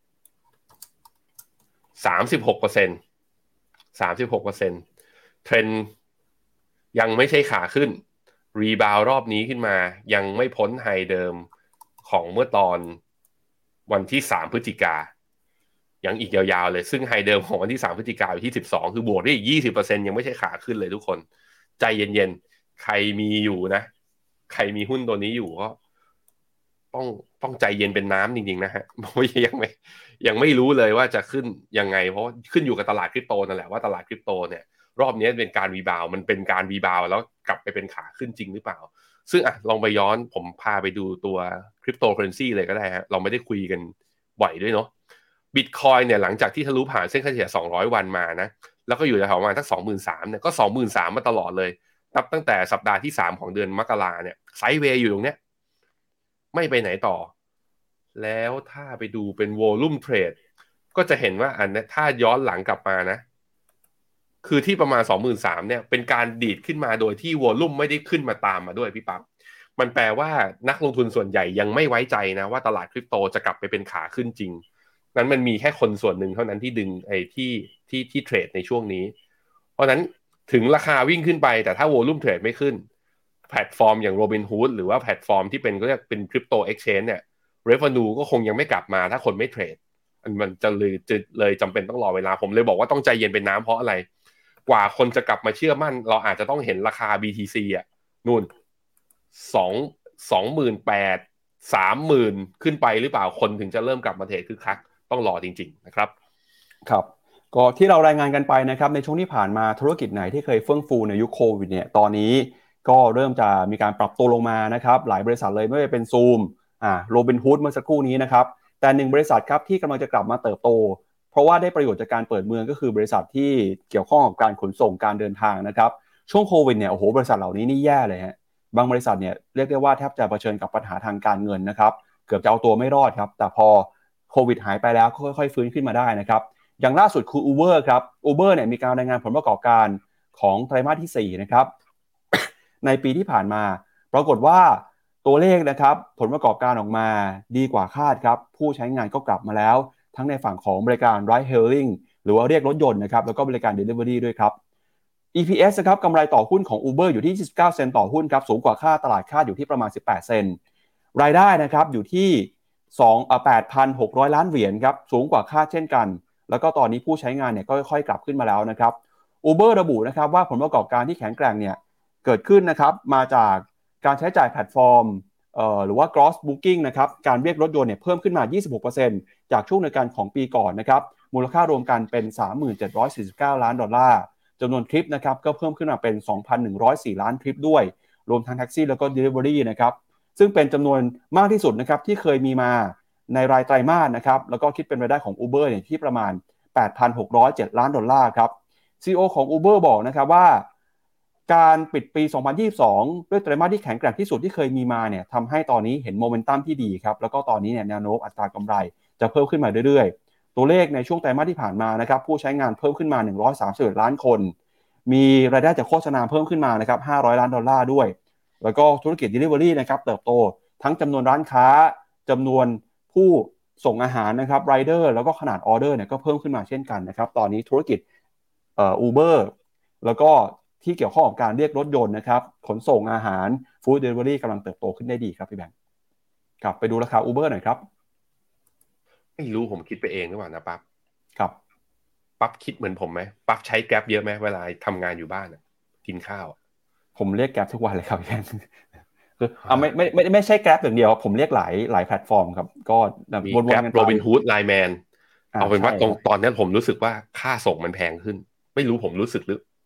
สามสิบหกเปอร์เซ็นต์ สามสิบหกเปอร์เซ็นต์ เทรนด์ยังไม่ใช่ขาขึ้นรีบาวรอบนี้ขึ้นมายังไม่พ้นไฮเดิมของเมื่อตอนวันที่สามพฤศจิกายังอีกยาวๆเลยซึ่งไฮเดิมของวันที่สามพฤศจิกาอยู่ที่สิบสองคือบวกได้อีก ยี่สิบเปอร์เซ็นต์ ยังไม่ใช่ขาขึ้นเลยทุกคนใจเย็นๆใครมีอยู่นะใครมีหุ้นตัวนี้อยู่ก็ต้องต้องใจเย็นเป็นน้ำจริงๆนะฮะเพราะยังไม่ยังไม่รู้เลยว่าจะขึ้นยังไงเพราะขึ้นอยู่กับตลาดคริปโตนั่นแหละว่าตลาดคริปโตเนี่ยรอบนี้เป็นการรีบาวมันเป็นการรีบาวแล้วกลับไปเป็นขาขึ้นจริงหรือเปล่าซึ่งอ่ะลองไปย้อนผมพาไปดูตัวคริปโตเคอเรนซีเลยก็ได้ฮะเราไม่ได้คุยกันบ่อยด้วยเนาะBitcoin เนี่ยหลังจากที่ทะลุผ่านเส้นค่าเฉลี่ยสองร้อยวันมานะแล้วก็อยู่แถวๆประมาณสัก สองหมื่นสามพัน เนี่ยก็ สองหมื่นสามพัน มาตลอดเลยนับตั้งแต่สัปดาห์ที่สามของเดือนมกราเนี่ยไซด์เวย์อยู่ตรงเนี้ยไม่ไปไหนต่อแล้วถ้าไปดูเป็นวอลลุ่มเทรดก็จะเห็นว่าอันนี้ถ้าย้อนหลังกลับมานะคือที่ประมาณ สองหมื่นสามพัน เนี่ยเป็นการดีดขึ้นมาโดยที่วอลลุ่มไม่ได้ขึ้นมาตามมาด้วยพี่ปั๊บมันแปลว่านักลงทุนส่วนใหญ่ยังไม่ไว้ใจนะว่าตลาดคริปโตจะกลับไปเป็นขาขึ้นจริงนั้นมันมีแค่คนส่วนหนึ่งเท่านั้นที่ดึงไอ้ที่ที่ที่เทรดในช่วงนี้เพราะนั้นถึงราคาวิ่งขึ้นไปแต่ถ้าวอลลุ่มเทรดไม่ขึ้นแพลตฟอร์มอย่าง Robinhood หรือว่าแพลตฟอร์มที่เป็นก็เรียกเป็นคริปโตเอ็กซ์เชนจ์เนี่ย revenue ก็คงยังไม่กลับมาถ้าคนไม่เทรดมันจะเลยจะเลยจำเป็นต้องรอเวลาผมเลยบอกว่าต้องใจเย็นเป็นน้ำเพราะอะไรกว่าคนจะกลับมาเชื่อมั่นเราอาจจะต้องเห็นราคา บี ที ซี อ่ะนู่นสอง สองหมื่นแปดพัน สามหมื่นขึ้นไปหรือเปล่าคนถึงจะเริ่มกลับมาเทรดคึกคักต้องรอจริงๆนะครับครับก็ที่เรารายงานกันไปนะครับในช่วงที่ผ่านมาธุรกิจไหนที่เคยเฟื่องฟูในยุคโควิดเนี่ยตอนนี้ก็เริ่มจะมีการปรับตัวลงมานะครับหลายบริษัทเลยไม่ว่าจะเป็น Zoom อ่า Robinhood เมื่อสักครู่นี้นะครับแต่หนึ่งบริษัทครับที่กำลังจะกลับมาเติบโตเพราะว่าได้ประโยชน์จากการเปิดเมืองก็คือบริษัทที่เกี่ยวข้องกับการขนส่งการเดินทางนะครับช่วงโควิดเนี่ยโอ้โหบริษัทเหล่านี้นี่แย่เลยฮะบางบริษัทเนี่ยเรียกได้ว่าแทบจะเผชิญกับปัญหาทางการเงินนะครับเกือบจะเอาตัวไม่รอดครับแต่พอโควิดหายไปแล้วก็ค่อยๆฟื้นขึ้นมาได้นะครับอย่างล่าสุดคือ Uber ครับ Uber เนี่ยมีการรายงานผลประกอบการของไตรมาสที่สี่นะครับ ในปีที่ผ่านมาปรากฏว่าตัวเลขนะครับผลประกอบการออกมาดีกว่าคาดครับผู้ใช้งานก็กลับมาแล้วทั้งในฝั่งของบริการ Ride Hailing หรือว่าเรียกรถยนต์นะครับแล้วก็บริการ Delivery ด้วยครับ อี พี เอส นะครับกำไรต่อหุ้นของ Uber อยู่ที่ยี่สิบเก้าเซนต์ต่อหุ้นครับสูงกว่าค่าตลาดคาดอยู่ที่ประมาณสิบแปดเซนต์รายได้นะครับอยู่ที่สองเอ่อ แปดพันหกร้อย ล้านเหรียญครับสูงกว่าคาดเช่นกันแล้วก็ตอนนี้ผู้ใช้งานเนี่ยก็ค่อยๆกลับขึ้นมาแล้วนะครับ Uber ระบุนะครับว่าผลประกอบการที่แข็งแกร่งเนี่ยเกิดขึ้นนะครับมาจากการใช้จ่ายแพลตฟอร์มเอ่อหรือว่า gross booking นะครับการเรียกรถยนต์เนี่ยเพิ่มขึ้นมา ยี่สิบหกเปอร์เซ็นต์ จากช่วงเดียวกันของปีก่อนนะครับมูลค่ารวมกันเป็น สามพันเจ็ดร้อยสี่สิบเก้า ล้านดอลลาร์จำนวนทริปนะครับก็เพิ่มขึ้นมาเป็น สองพันหนึ่งร้อยสี่ ล้านทริปด้วยรวมทั้งแท็กซี่แล้วก็ Delivery นะครับซึ่งเป็นจำนวนมากที่สุดนะครับที่เคยมีมาในรายไตรมาสนะครับแล้วก็คิดเป็นรายได้ของ Uber เนี่ยที่ประมาณ แปดพันหกร้อยเจ็ด ล้านดอลลาร์ครับ ซี อี โอ ของ Uber บอกนะครับว่าการปิดปีสองพันยี่สิบสองด้วยไตรมาสที่แข็งแกร่งที่สุดที่เคยมีมาเนี่ยทำให้ตอนนี้เห็นโมเมนตัมที่ดีครับแล้วก็ตอนนี้เนี่ยแนวโน้มอัตรากำไรจะเพิ่มขึ้นมาเรื่อยๆตัวเลขในช่วงไตรมาสที่ผ่านมานะครับผู้ใช้งานเพิ่มขึ้นมาหนึ่งร้อยสามสิบเอ็ดล้านคนมีรายได้จากโฆษณาเพิ่มขึ้นมานะครับห้าร้อยล้านดอลลาร์ด้วยแล้วก็ธุรกิจ Delivery นะครับเติบโตทั้งจำนวนร้านค้าจำนวนผู้ส่งอาหารนะครับไรเดอร์แล้วก็ขนาดออเดอร์เนี่ยก็เพิ่มขึ้นมาเช่นกันนะครับตอนนี้ธุรกิจเอ่อ Uber แล้วก็ที่เกี่ยวข้องกับการเรียกรถยนต์นะครับขนส่งอาหาร Food Delivery กำลังเติบโตขึ้นได้ดีครับพี่แบงค์กลับไปดูราคา Uber หน่อยครับไม่รู้ผมคิดไปเองหรือเปล่านะปั๊บครับปั๊บคิดเหมือนผมไหมปั๊บใช้แกร็บเยอะไหมเวลาทำงานอยู่บ้านกินข้าวผมเรียกแกร็บทุกวันเลยครับพี่แบงค์คืออ่าไม่ไม่ไม่ไม่ใช่แกร็บอย่างเดียวผมเรียกหลายหลายแพลตฟอร์มครับก็วนๆกันไป Robinhood Lineman เอาเป็นว่าตรงตอนนี้ผมรู้สึกว่าค่าส่งมันแพงขึ้นไม่รู้ผมรู้สึกหรือ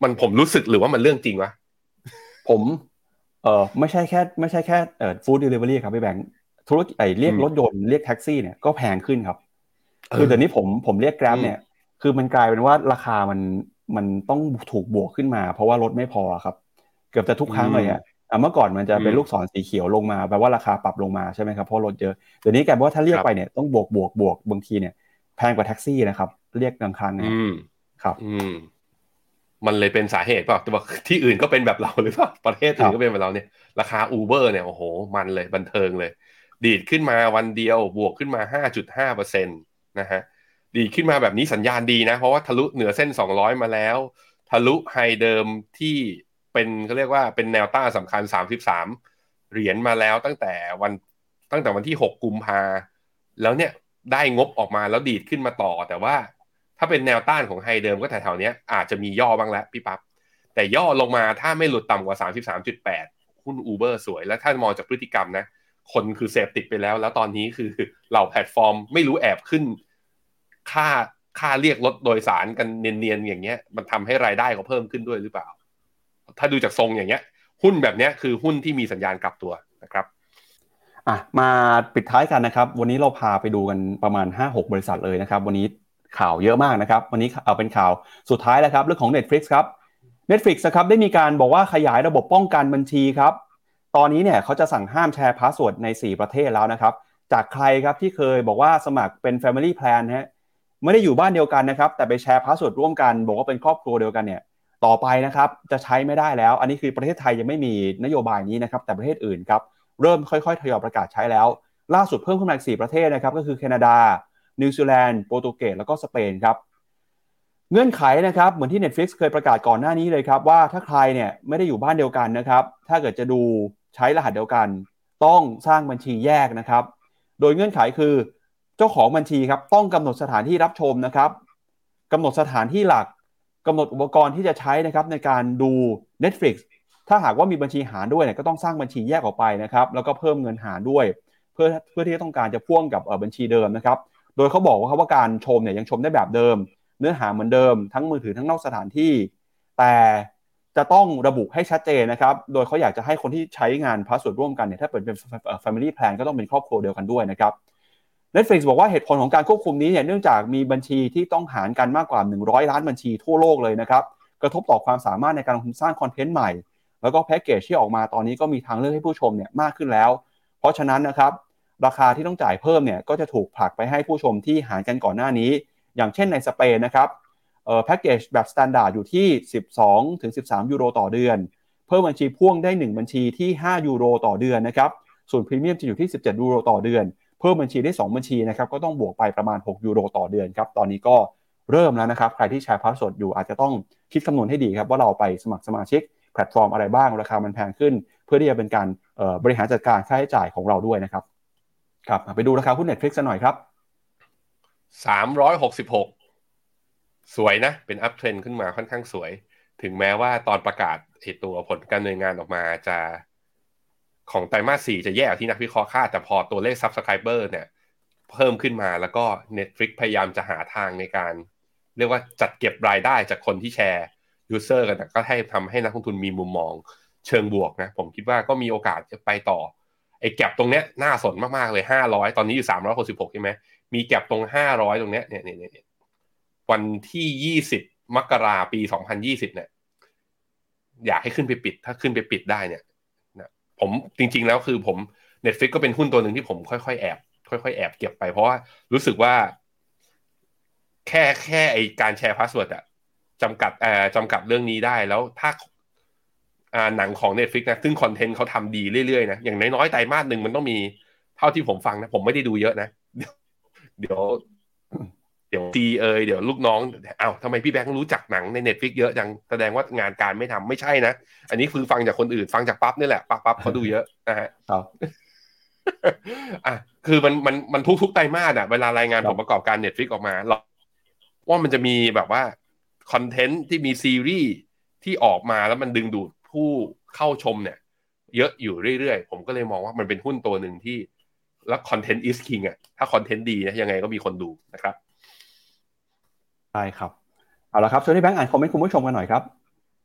มันผมรู้สึกหรือว่ามันเรื่องจริงวะผมเอ่อไม่ใช่แค่ไม่ใช่แค่เอ่อฟู้ดเดลิเวอรี่ครับพี่แบงค์ธุรกิจไอ้เรียกรถยนต์เรียกแท็กซี่เนี่ยก็แพงขึ้นครับคือเดี๋ยวนี้ผมผมเรียก Grab เนี่ยคือมันกลายเป็นว่าราคามันมันต้องถูกบวกขึ้นมาเพราะว่ารถไม่พอครับเกือบจะทุกครั้งเลยอ่ะเมื่อก่อนมันจะเป็นลูกศรสีเขียวลงมาแปลว่าราคาปรับลงมาใช่ไหมครับเพราะรถเยอะเดี๋ยวนี้กลายเป็นว่าถ้าเรียกไปเนี่ยต้องบวกบวกบวกบางทีเนี่ยแพงกว่าแท็กซี่นะครับเรียกกลางคันนะครับมันเลยเป็นสาเหตุเปล่าแต่ว่าที่อื่นก็เป็นแบบเราหรือเปล่าประเทศอื่นก็เป็นแบบเราเนี่ยราคา Uber เนี่ยโอ้โหมันเลยบันเทิงเลยดีดขึ้นมาวันเดียวบวกขึ้นมา ห้าจุดห้าเปอร์เซ็นต์ นะฮะดีดขึ้นมาแบบนี้สัญญาณดีนะเพราะว่าทะลุเหนือเส้นสองร้อยมาแล้วทะลุไฮเดิมที่เป็นเขาเรียกว่าเป็นแนวต้านสำคัญสามสิบสามเหรียญมาแล้วตั้งแต่วันตั้งแต่วันที่หกกุมภาแล้วเนี่ยได้งบออกมาแล้วดีดขึ้นมาต่อแต่ว่าถ้าเป็นแนวต้านของไฮเดิมก็แถวๆนี้อาจจะมีย่อบ้างแล้วพี่ปั๊บแต่ย่อลงมาถ้าไม่หลุดต่ำกว่า สามสิบสามจุดแปด หุ้น Uber สวยแล้วถ้ามองจากพฤติกรรมนะคนคือเสพติดไปแล้วแล้วตอนนี้คือเหล่าแพลตฟอร์มไม่รู้แอบขึ้นค่าค่าเรียกรถโดยสารกันเนียนๆอย่างเงี้ยมันทำให้รายได้เขาเพิ่มขึ้นด้วยหรือเปล่าถ้าดูจากทรงอย่างเงี้ยหุ้นแบบเนี้ยคือหุ้นที่มีสัญญาณกลับตัวนะครับอ่ะมาปิดท้ายกันนะครับวันนี้เราพาไปดูกันประมาณ ห้าหก บริษัทเลยนะครับวันนี้ข่าวเยอะมากนะครับวันนี้เอาเป็นข่าวสุดท้ายแล้วครับเรื่องของ Netflix ครับ Netflix นะครับได้มีการบอกว่าขยายระบบป้องกันบัญชีครับตอนนี้เนี่ยเขาจะสั่งห้ามแชร์พาสเวิร์ดในสี่ประเทศแล้วนะครับจากใครครับที่เคยบอกว่าสมัครเป็น Family Plan ฮะไม่ได้อยู่บ้านเดียวกันนะครับแต่ไปแชร์พาสเวิร์ดร่วมกันบอกว่าเป็นครอบครัวเดียวกันเนี่ยต่อไปนะครับจะใช้ไม่ได้แล้วอันนี้คือประเทศไทยยังไม่มีนโยบายนี้นะครับแต่ประเทศอื่นครับเริ่มค่อยๆทยอยประกาศใช้แล้วล่าสุดเพิ่มขึ้นมาอีกสี่ประเทศนะครับก็คือแคนาดานิวซีแลนด์โปรตุเกสแล้วก็สเปนครับเงื่อนไขนะครับเหมือนที่ Netflix เคยประกาศก่อนหน้านี้เลยครับว่าถ้าใครเนี่ยไม่ได้อยู่บ้านเดียวกันนะครับถ้าเกิดจะดูใช้รหัสเดียวกันต้องสร้างบัญชีแยกนะครับโดยเงื่อนไขคือเจ้าของบัญชีครับต้องกำหนดสถานที่รับชมนะครับกำหนดสถานที่หลักกำหนดอุปกรณ์ที่จะใช้นะครับในการดู Netflix ถ้าหากว่ามีบัญชีหารด้วยเนี่ยก็ต้องสร้างบัญชีแยกออกไปนะครับแล้วก็เพิ่มเงินหารด้วยเพื่อเพื่อที่จะต้องการจะพ่วงกับบัญชีเดิมนะครับโดยเขาบอกว่าว่าการชมเนี่ยยังชมได้แบบเดิมเนื้อหาเหมือนเดิมทั้งมือถือทั้งนอกสถานที่แต่จะต้องระบุให้ชัดเจนนะครับโดยเขาอยากจะให้คนที่ใช้งานพาสเวิร์ดร่วมกันเนี่ยถ้าเปิดเป็น Family Plan ก็ต้องเป็นครอบครัวเดียวกันด้วยนะครับ Netflix บอกว่าเหตุผลของการควบคุมนี้เนี่ยเนื่องจากมีบัญชีที่ต้องหารกันมากกว่าหนึ่งร้อยล้านบัญชีทั่วโลกเลยนะครับกระทบต่อความสามารถในการสร้างคอนเทนต์ใหม่แล้วก็แพ็กเกจที่ออกมาตอนนี้ก็มีทางเลือกให้ผู้ชมเนี่ยมากขึ้นแล้วเพราะฉะนั้นนะครับราคาที่ต้องจ่ายเพิ่มเนี่ยก็จะถูกผลักไปให้ผู้ชมที่หารกันก่อนหน้านี้อย่างเช่นในสเปนนะครับเอ่อแพ็กเกจแบบสแตนดาร์ดอยู่ที่ สิบสองถึงสิบสาม ยูโรต่อเดือนเพิ่มบัญชีพ่วงได้หนึ่งบัญชีที่ห้ายูโรต่อเดือนนะครับส่วนพรีเมียมจะอยู่ที่สิบเจ็ดยูโรต่อเดือนเพิ่มบัญชีได้สองบัญชีนะครับก็ต้องบวกไปประมาณหกยูโรต่อเดือนครับตอนนี้ก็เริ่มแล้วนะครับใครที่แชร์พาสเวิร์ดอยู่อาจจะต้องคิดคำนวณให้ดีครับว่าเราไปสมัครสมาชิกแพลตฟอร์มอะไรบ้างราคามันแพงขึ้นเพื่อที่จะเป็นการบริหารจัดการค่าใช้จ่ายของเราด้วยนะครับครับไปดูราคาหุ้น Netflix กันหน่อยครับสามร้อยหกสิบหกสวยนะเป็นอัพเทรนด์ขึ้นมาค่อนข้างสวยถึงแม้ว่าตอนประกาศไอ้ตัวผลการดำเนินงานออกมาจะของไตรมาสสี่จะแย่กว่าที่นักวิเคราะห์คาดแต่พอตัวเลข Subscriber เนี่ยเพิ่มขึ้นมาแล้วก็ Netflix พยายามจะหาทางในการเรียกว่าจัดเก็บรายได้จากคนที่แชร์ user กันก็ให้ทำให้นักลงทุนมีมุมมองเชิงบวกนะผมคิดว่าก็มีโอกาสจะไปต่อไอ้แก็ปตรงเนี้ยน่าสนมากๆเลยห้าร้อยตอนนี้อยู่สามร้อยหกสิบหกใช่ไหมมีแก็ปตรงห้าร้อยตรงเนี้ยเนี่ยเนี่ยวันที่ยี่สิบมกราคมปีสองพันยี่สิบเนี่ยอยากให้ขึ้นไปปิดถ้าขึ้นไปปิดได้เนี่ยนะผมจริงๆแล้วคือผม Netflix ก็เป็นหุ้นตัวหนึ่งที่ผมค่อยๆแอบค่อยๆแอบเก็บไปเพราะว่ารู้สึกว่าแค่แค่ไอการแชร์พาสเวิร์ดอะจำกัดเอ่อจำกัดเรื่องนี้ได้แล้วถ้าอ่าหนังของ Netflix นะซึ่งคอนเทนต์เขาทำดีเรื่อยๆนะอย่างน้อยๆไตรมาสหนึ่งมันต้องมีเท่าที่ผมฟังนะผมไม่ได้ดูเยอะนะเดี๋ยวเดี๋ยวตีเอยเดี๋ยวลูกน้องอ้าวทำไมพี่แบงค์รู้จักหนังใน Netflix เยอะจังแสดงว่างานการไม่ทำไม่ใช่นะอันนี้คือฟังจากคนอื่นฟังจากปั๊บนี่แหละปั๊บปั๊บเขาดูเยอะนะฮะครับอ่ะคือมันมันมันทุกๆไตรมาสอ่ะเวลารายงานผลประกอบการ Netflix ออกมาเราว่ามันจะมีแบบว่าคอนเทนต์ที่มีซีรีส์ที่ออกมาแล้วมันดึงดูดผู้เข้าชมเนี่ยเยอะอยู่เรื่อยๆผมก็เลยมองว่ามันเป็นหุ้นตัวหนึ่งที่แล้วคอนเทนต์ is king อ่ะถ้าคอนเทนต์ดีนะยังไงก็มีคนดูนะครับใช่ครับเอาละครับช่วยให้แบงค์อ่านคอมเมนต์คุณผู้ชมกันหน่อยครับ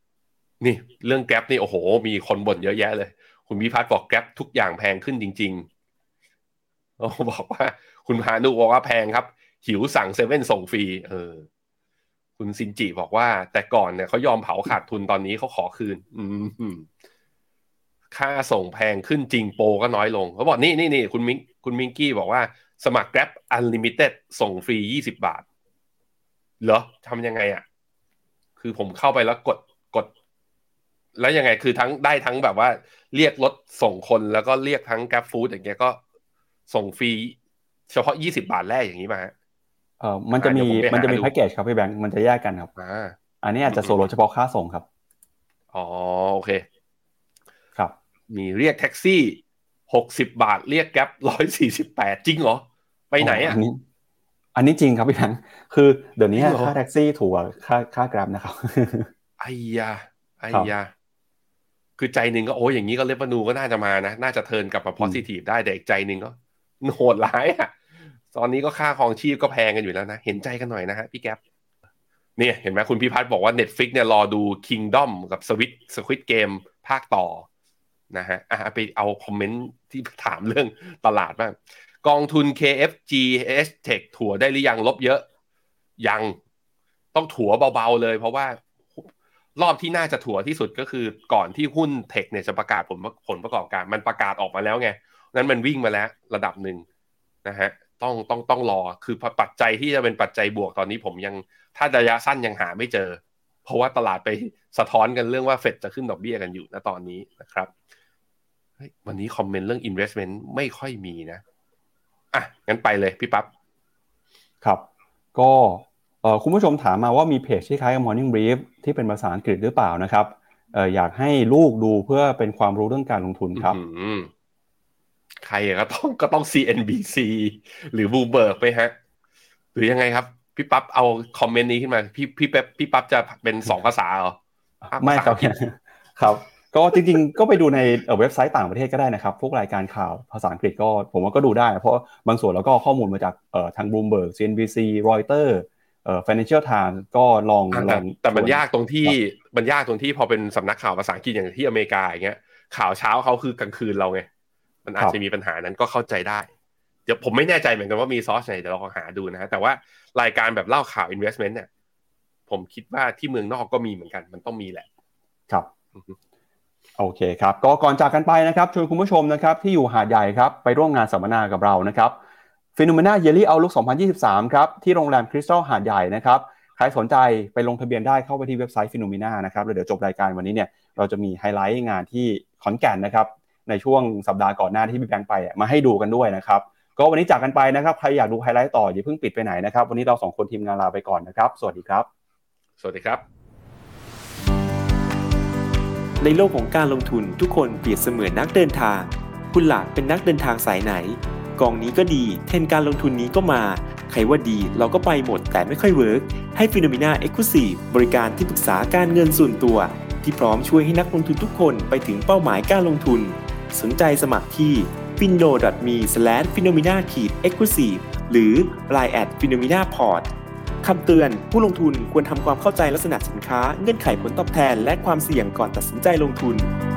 นี่เรื่อง Grab นี่โอ้โหมีคนบ่นเยอะแยะเลยคุณพิพัฒน์บอก Grab ทุกอย่างแพงขึ้นจริงๆเขาบอกว่าคุณพานุบอกว่าแพงครับหิวสั่งเซเว่นส่งฟรีเออคุณซินจิบอกว่าแต่ก่อนเนี่ยเขายอมเผาขาดทุนตอนนี้เขาขอคืนอืมค่าส่งแพงขึ้นจริงโปรก็น้อยลงเขาบอกนี่นี่นี่คุณมิงคุณมิงกี้บอกว่าสมัคร Grab Unlimited ส่งฟรียี่สิบบาทเหรอทำยังไงอ่ะคือผมเข้าไปแล้วกดกดแล้วยังไงคือทั้งได้ทั้งแบบว่าเรียกรถส่งคนแล้วก็เรียกทั้ง Grab Food อย่างเงี้ยก็ส่งฟรีเฉพาะยี่สิบบาทแรกอย่างนี้มาเออมันจะมีมันจะมีแพ็กเกจครับพี่แบงค์มันจะแยกกันครับอ่าอันนี้อาจจะโซโลเฉพาะค่าส่งครับอ๋อโอเคครับมีเรียกแท็กซี่หกสิบบาทเรียก Grab หนึ่งร้อยสี่สิบแปดจริงเหรอไปไหนอ่ะอันนี้อันนี้จริงครับพี่แบงค์คือเดี๋ยวนี้ค่าแท็กซี่ถูกกว่าค่าค่า Grab นะครับไอ้ยาไอ้ยาคือใจหนึ่งก็โอ้ยอย่างนี้ก็เรเวนูก็น่าจะมานะน่าจะเทิร์นกลับมา positive ได้แต่อีกใจหนึ่งก็โหดร้ายอ่ะตอนนี้ก็ค่าครองชีพก็แพงกันอยู่แล้วนะเห็นใจกันหน่อยนะฮะพี่แก๊ปเนี่ยเห็นไหมคุณพิพัฒน์บอกว่า Netflix เนี่ยรอดู Kingdom กับ Squid Squid Game ภาคต่อนะฮะอ่ะไปเอาคอมเมนต์ที่ถามเรื่องตลาดบ้างกองทุน เค เอฟ จี เอส Tech ถัวได้หรือยังลบเยอะยังต้องถัวเบาๆเลยเพราะว่ารอบที่น่าจะถัวที่สุดก็คือก่อนที่หุ้นเทคเนี่ยจะประกาศผลผลประกอบการมันประกาศออกมาแล้วไงนั้นมันวิ่งมาแล้วระดับหนึ่งนะฮะต้องต้องต้องรอคือปัจจัยที่จะเป็นปัจจัยบวกตอนนี้ผมยังถ้าระยะสั้นยังหาไม่เจอเพราะว่าตลาดไปสะท้อนกันเรื่องว่าเฟดจะขึ้นดอกเบี้ยกันอยู่ณตอนนี้นะครับวันนี้คอมเมนต์เรื่อง investment ไม่ค่อยมีนะอ่ะงั้นไปเลยพี่ปั๊บครับก็เอ่อคุณผู้ชมถามมาว่ามีเพจที่คล้ายกับ Morning Brief ที่เป็นภาษาอังกฤษหรือเปล่านะครับเอ่ออยากให้ลูกดูเพื่อเป็นความรู้เรื่องการลงทุนครับใครก็ต้องก็ต้อง ซี เอ็น บี ซี หรือ Bloomberg ไปฮะหรือยังไงครับพี่ปั๊บเอาคอมเมนต์นี้ขึ้นมาพี่พี่เป๊ปพี่ปั๊บจะเป็นสองภาษาเหรอไม่ครับครับก็จริงๆก็ไปดูในเว็บไซต์ต่างประเทศก็ได้นะครับพวกรายการข่าวภาษาอังกฤษก็ผมว่าก็ดูได้เพราะบางส่วนแล้วก็ข้อมูลมาจากเอ่อทาง Bloomberg ซี เอ็น บี ซี Reuters เอ่อ Financial Times ก็ลองลองแต่มันยากตรงที่มันยากตรงที่พอเป็นสำนักข่าวภาษาอังกฤษอย่างที่อเมริกาอย่างเงี้ยข่าวเช้าเขาคือกลางคืนเราไงมันอาจจะมีปัญหานั้นก็เข้าใจได้เดี๋ยวผมไม่แน่ใจเหมือนกันว่ามีซอสไหนเดี๋ยวเราลองหาดูนะฮะแต่ว่ารายการแบบเล่าข่าว investment เนี่ยผมคิดว่าที่เมืองนอกก็มีเหมือนกันมันต้องมีแหละครับโอเคครับก็ก่อนจากกันไปนะครับชวนคุณผู้ชมนะครับที่อยู่หาดใหญ่ครับไปร่วมงานสัมมนากับเรานะครับ Phenomena Yearly Outlook สองพันยี่สิบสามครับที่โรงแรมคริสตัลหาดใหญ่นะครับใครสนใจไปลงทะเบียนได้เข้าไปที่เว็บไซต์ Phenomena นะครับแล้วเดี๋ยวจบรายการวันนี้เนี่ยเราจะมีไฮไลท์งานที่ขอนแก่นนะครับในช่วงสัปดาห์ก่อนหน้าที่พี่แบงค์ไปมาให้ดูกันด้วยนะครับก็วันนี้จากกันไปนะครับใครอยากดูไฮไลท์ต่ออย่าเพิ่งปิดไปไหนนะครับวันนี้เราสองคนทีมงานลาไปก่อนนะครับสวัสดีครับสวัสดีครับในโลกของการลงทุนทุกคนเปรียบเสมือนนักเดินทางคุณหลักเป็นนักเดินทางสายไหนกองนี้ก็ดีเทรนด์การลงทุนนี้ก็มาใครว่าดีเราก็ไปหมดแต่ไม่ค่อยเวิร์กให้ Phenomena Exclusive บริการที่ปรึกษาการเงินส่วนตัวที่พร้อมช่วยให้นักลงทุนทุกคนไปถึงเป้าหมายการลงทุนสนใจสมัครที่ ฟินโน ดอท มี สแลช ฟีโนเมนา เอ็กซ์คลูซีฟ หรือ ไลน์ แอท ฟีโนเมนา พอร์ต คำเตือนผู้ลงทุนควรทำความเข้าใจลักษณะสินค้าเงื่อนไขผลตอบแทนและความเสี่ยงก่อนตัดสินใจลงทุน